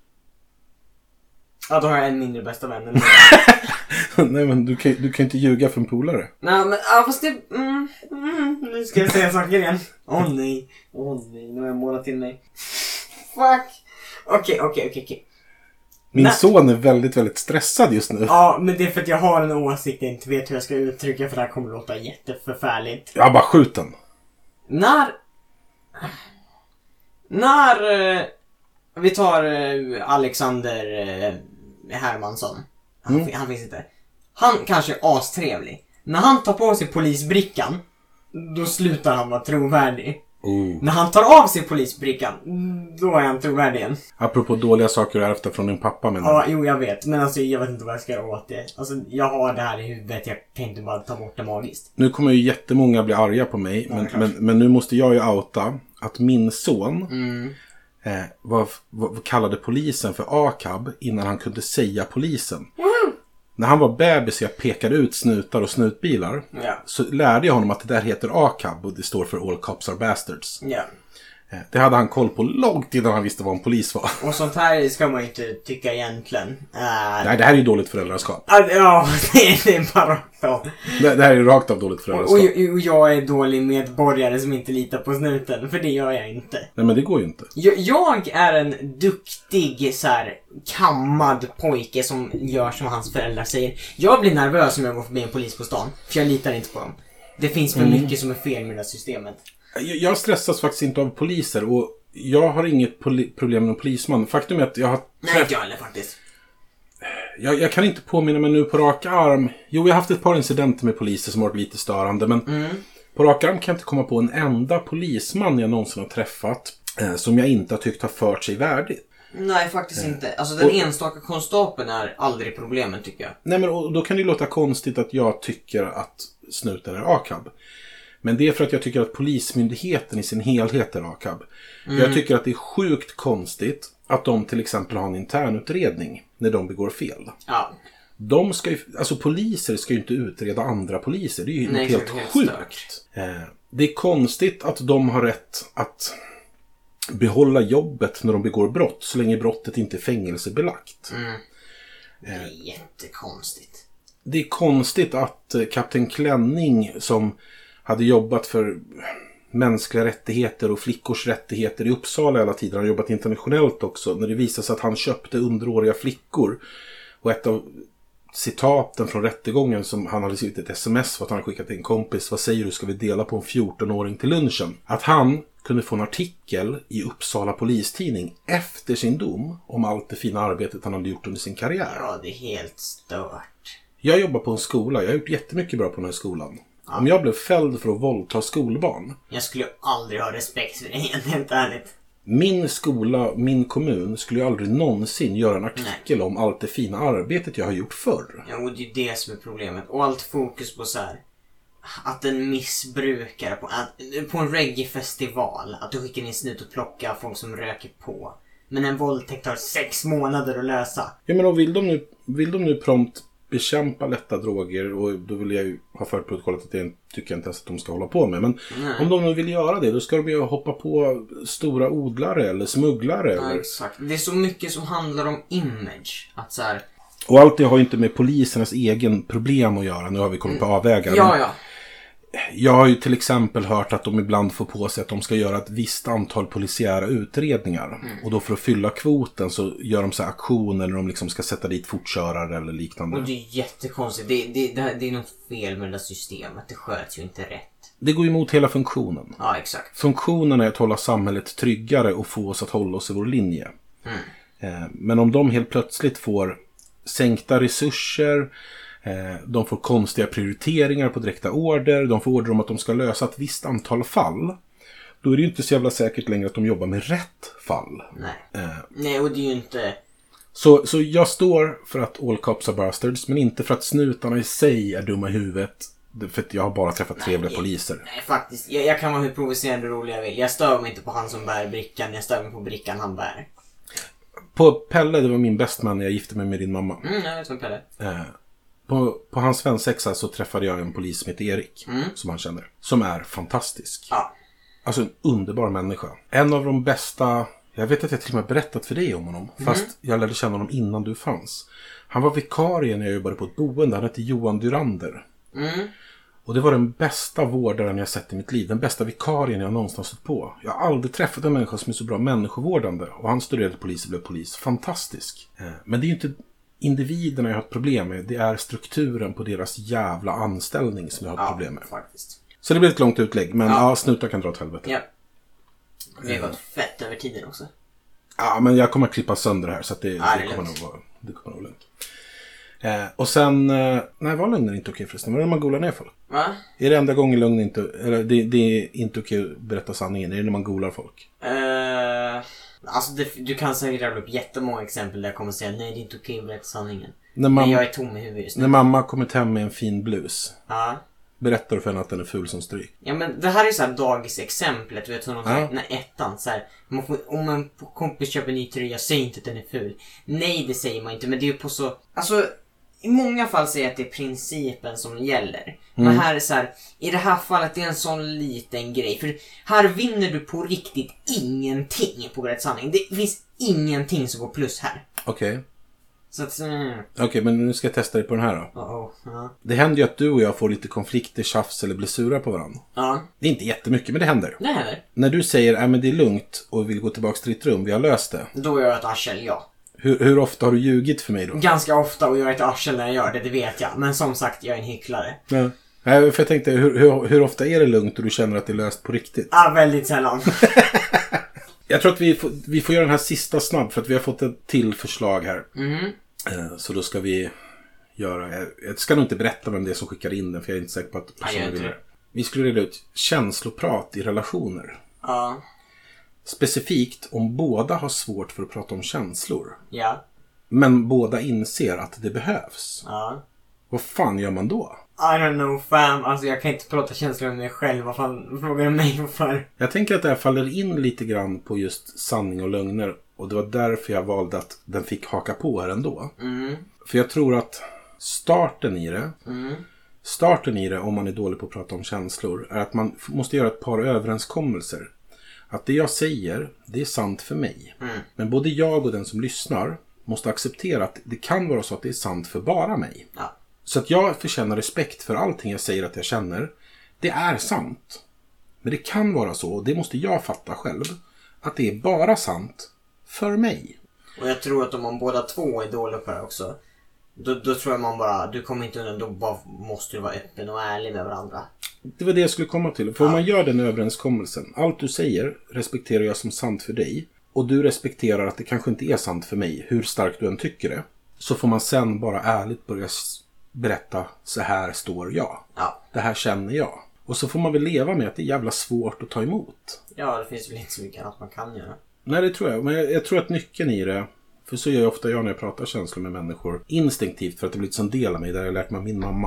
Ja, då har jag en mindre bästa vän. Eller? Nej, men du kan inte ljuga för en polare. Nej, men fast det... nu ska jag säga saker igen. Åh nej, nu har jag målat till mig. Fuck. Okej. Min son är väldigt, väldigt stressad just nu. Ja, men det är för att jag har en åsikt jag inte vet hur jag ska uttrycka, för det här kommer att låta jätteförfärligt. Ja, bara skjut den. När vi tar Alexander Hermansson. Han finns inte. Han kanske är astrevlig. När han tar på sig polisbrickan, då slutar han vara trovärdig. När han tar av sig polisbrickan, då är han trovärdig igen. Apropå dåliga saker du ärvt från din pappa, menar du? Ja, jo, jag vet. Men alltså, jag vet inte vad jag ska göra åt det. Alltså, jag har det här i huvudet. Jag kan inte bara ta bort det magiskt. Nu kommer ju jättemånga bli arga på mig. Men nu måste jag ju outa att min son kallade polisen för ACAB innan han kunde säga polisen. När han var bebis och jag pekade ut snutar och snutbilar, så lärde jag honom att det där heter ACAB och det står för All Cops Are Bastards. Det hade han koll på långt innan han visste vad en polis var. Och sånt här ska man ju inte tycka egentligen. Nej, det här är ju dåligt föräldraskap. Ja, det är bara rakt av. Det här är ju rakt av dåligt föräldraskap. Och jag är dålig medborgare som inte litar på snuten, för det gör jag inte. Nej, men det går ju inte. Jag är en duktig, så här, kammad pojke som gör som hans föräldrar säger. Jag blir nervös om jag går förbi en polis på stan, för jag litar inte på dem. Det finns för mycket som är fel med det här systemet. Jag stressas faktiskt inte av poliser, och jag har inget problem med en polisman. Faktum är att jag har... Nej, inte jag heller faktiskt. Jag kan inte påminna mig nu på rak arm. Jo, jag har haft ett par incidenter med poliser som varit lite störande. Men på rak arm kan jag inte komma på en enda polisman jag någonsin har träffat som jag inte har tyckt har fört sig värdigt. Nej, faktiskt inte. Alltså den enstaka konstapeln är aldrig problemet, tycker jag. Nej, men då kan det ju låta konstigt att jag tycker att snuten är ACAB. Men det är för att jag tycker att polismyndigheten i sin helhet är ACAB. Jag tycker att det är sjukt konstigt att de till exempel har en internutredning när de begår fel. Ja. Poliser ska ju inte utreda andra poliser. Det är ju helt sjukt. Det är konstigt att de har rätt att behålla jobbet när de begår brott så länge brottet inte är fängelsebelagt. Det är jättekonstigt. Det är konstigt att kapten Klänning som hade jobbat för mänskliga rättigheter och flickors rättigheter i Uppsala hela tiden. Han har jobbat internationellt också. När det visade sig att han köpte underåriga flickor. Och ett av citaten från rättegången som han hade skrivit ett sms för att han hade skickat till en kompis. Vad säger du, ska vi dela på en 14-åring till lunchen? Att han kunde få en artikel i Uppsala polistidning efter sin dom om allt det fina arbetet han hade gjort under sin karriär. Ja, det är helt stört. Jag jobbar på en skola. Jag har gjort jättemycket bra på den här skolan. Ja. Om jag blev fälld för att våldta skolbarn. Jag skulle aldrig ha respekt för det, helt ärligt. Min skola, min kommun skulle ju aldrig någonsin göra en artikel om allt det fina arbetet jag har gjort förr. Ja, och det är det som är problemet. Och allt fokus på så här, att en missbrukare på en reggae-festival, att du skickar in snut och plockar folk som röker på. Men en våldtäkt tar 6 månader att lösa. Ja, men då vill de nu prompt bekämpa lätta droger, och då vill jag ju ha fört protokollet att det tycker jag inte ens att de ska hålla på med. Men om de nu vill göra det, då ska de ju hoppa på stora odlare eller smugglare. Ja, exakt. Det är så mycket som handlar om image. Att så här... Och allt det har ju inte med polisernas egen problem att göra. Nu har vi kommit på avvägar. Ja. Jag har ju till exempel hört att de ibland får på sig att de ska göra ett visst antal polisiära utredningar. Och då för att fylla kvoten så gör de så här aktioner när de liksom ska sätta dit fortkörare eller liknande. Och det är jättekonstigt. Det är något fel med det där systemet. Det sköts ju inte rätt. Det går emot hela funktionen. Ja, exakt. Funktionen är att hålla samhället tryggare och få oss att hålla oss i vår linje. Men om de helt plötsligt får sänkta resurser, de får konstiga prioriteringar på direkta order, de får order om att de ska lösa ett visst antal fall, då är det ju inte så jävla säkert längre att de jobbar med rätt fall. Nej, och det är ju inte... Så jag står för att all cops are bastards, men inte för att snutarna i sig är dumma i huvudet. För att jag har bara träffat trevliga poliser. Nej, faktiskt. Jag kan vara hur provocerande och rolig jag vill. Jag stör mig inte på han som bär brickan, jag stör mig på brickan han bär. På Pelle, det var min bästman när jag gifte mig med din mamma. Jag vet vad Pelle. På hans svensexa så träffade jag en polis som heter Erik, som han känner, som är fantastisk. Ja. Alltså en underbar människa. En av de bästa, jag vet att jag till och med berättat för dig om honom, fast jag lärde känna honom innan du fanns. Han var vikarie när jag jobbade på ett boende, han hette Johan Durander. Och det var den bästa vårdaren jag sett i mitt liv, den bästa vikarien jag någonsin sett på. Jag har aldrig träffat en människa som är så bra människovårdande, och han studerade polis och blev polis. Fantastisk. Men det är ju inte individerna jag har ett problem med, det är strukturen på deras jävla anställning som jag har ett problem med. Faktiskt. Så det blir ett långt utlägg, men snutar kan dra åt helvete. Ja. Det har gått fett över tiden också. Ja, men jag kommer att klippa sönder här, så att det kommer nog vara lugnt. Och sen, nej, var lögnen inte okej förresten? Var det när man golar ner folk? Va? Är det enda gången lögn inte, eller det är inte okej att berätta sanningen? Är det när man golar folk? Alltså du kan säkert rabbla upp jättemånga exempel där jag kommer säga nej, det är inte okej att berätta sanningen. Men jag är tom i huvudet just nu. När mamma kommit hem med en fin blus, berättar du för henne att den är ful som stryk? Ja, men det här är så här dagisexemplet. Du vet, som de säger, när ettan så här, om en kompis köper en ny tröja, säg inte att den är ful. Nej, det säger man inte, men det är ju på så... Alltså, i många fall säger jag att det är principen som gäller. Men här är så här, i det här fallet är det en sån liten grej. För här vinner du på riktigt ingenting på rätt sanning. Det finns ingenting som går plus här. Okej. Så att... Okej, men nu ska jag testa dig på den här då. Det händer ju att du och jag får lite konflikter, tjafs eller blir sura på varandra. Det är inte jättemycket, men det händer. Det händer. När du säger, men det är lugnt och vill gå tillbaka till ditt rum, vi har löst det. Då är jag ett arsel, ja. Hur ofta har du ljugit för mig då? Ganska ofta, och jag är ett arsel när jag gör det, det vet jag. Men som sagt, jag är en hycklare. Ja. Nej, för jag tänkte, hur ofta är det lugnt och du känner att det är löst på riktigt? Ja, väldigt sällan. Jag tror att vi får göra den här sista snabb, för att vi har fått ett till förslag här. Så då ska vi göra... Jag ska nog inte berätta vem det är som skickar in den, för jag är inte säker på att personen vill det. Vi skulle reda ut känsloprat i relationer. Ja. Specifikt om båda har svårt för att prata om känslor. Ja. Men båda inser att det behövs. Ja. Vad fan gör man då? I don't know fam, alltså jag kan inte prata känslor om mig själv. Vad fan frågar du mig för? Jag tänker att det här faller in lite grann på just sanning och lögner. Och det var därför jag valde att den fick haka på här ändå. För jag tror att starten i det, om man är dålig på att prata om känslor, är att man måste göra ett par överenskommelser. Att det jag säger, det är sant för mig. Men både jag och den som lyssnar måste acceptera att det kan vara så att det är sant för bara mig. Ja. Så att jag förtjänar respekt för allting jag säger att jag känner. Det är sant. Men det kan vara så, och det måste jag fatta själv, att det är bara sant för mig. Och jag tror att om man båda två är dåliga på det också, då tror jag man bara, du kommer inte undan, då bara måste du vara öppen och ärlig med varandra. Det var det jag skulle komma till. För om man gör den överenskommelsen, allt du säger respekterar jag som sant för dig, och du respekterar att det kanske inte är sant för mig, hur starkt du än tycker det, så får man sen bara ärligt börja berätta, så här står jag. Ja. Det här känner jag. Och så får man väl leva med att det är jävla svårt att ta emot. Ja, det finns väl inte så mycket annat man kan göra. Nej, det tror jag. Men jag tror att nyckeln i det, för så gör jag ofta när jag pratar känslor med människor, instinktivt, för att det blivit en del av mig, där jag lärt mig min mamma,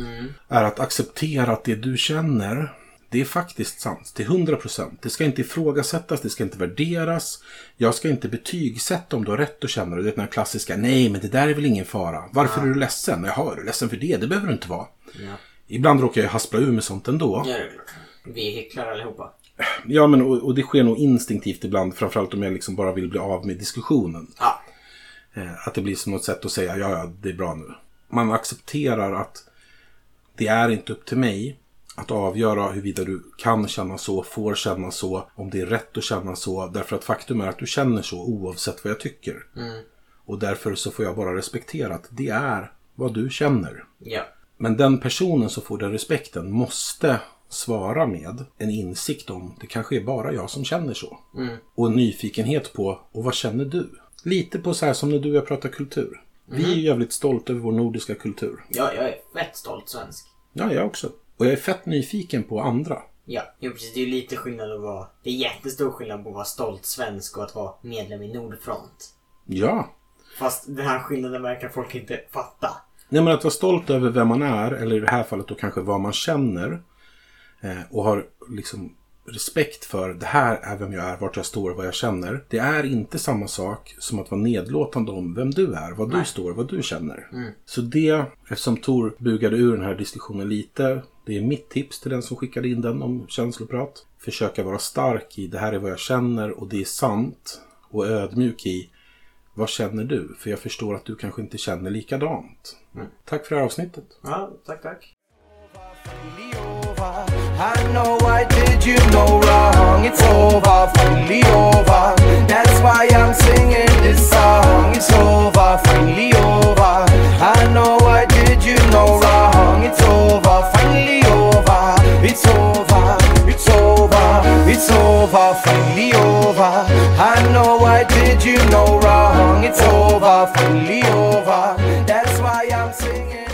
är att acceptera att det du känner, det är faktiskt sant, till 100%. Det ska inte ifrågasättas, det ska inte värderas. Jag ska inte betygsätta om du har rätt att känna det. Det är den här klassiska, nej men det där är väl ingen fara. Varför är du ledsen? Jaha, är du ledsen för det? Det behöver du inte vara. Ja. Ibland råkar jag haspla ur med sånt ändå. Ja, det är klart. Vi är hycklare allihopa. Ja, men och det sker nog instinktivt ibland, framförallt om jag liksom bara vill bli av med diskussionen. Ja. Att det blir som något sätt att säga, ja, det är bra nu. Man accepterar att det är inte upp till mig att avgöra huruvida du kan känna så, får känna så, om det är rätt att känna så. Därför att faktum är att du känner så oavsett vad jag tycker. Och därför så får jag bara respektera att det är vad du känner. Ja. Men den personen som får den respekten måste svara med en insikt om det kanske är bara jag som känner så. Och en nyfikenhet på, och vad känner du? Lite på så här som när du och jag pratar kultur. Vi är ju jävligt stolta över vår nordiska kultur. Ja, jag är fett stolt svensk. Ja, jag också. Och jag är fett nyfiken på andra. Ja, precis. Det är ju lite skillnad att vara... Det är jättestor skillnad på att vara stolt svensk och att vara medlem i Nordfront. Ja. Fast den här skillnaden verkar folk inte fatta. Nej, men att vara stolt över vem man är, eller i det här fallet då kanske vad man känner, och har liksom respekt för det här är vem jag är, vart jag står, vad jag känner. Det är inte samma sak som att vara nedlåtande om vem du är, vad du står, vad du känner. Så det, eftersom Tor bugade ur den här diskussionen lite, det är mitt tips till den som skickade in den om känsloprat. Försöka vara stark i det här är vad jag känner och det är sant, och ödmjuk i vad känner du? För jag förstår att du kanske inte känner likadant. Tack för det här avsnittet. Ja, tack. I know I did you no wrong. It's over, finally over. That's why I'm singing this song. It's over, finally over. I know I did you no wrong. It's over, finally over. It's over, it's over, it's over, finally over. I know I did you no wrong. It's over, finally over. That's why I'm singing.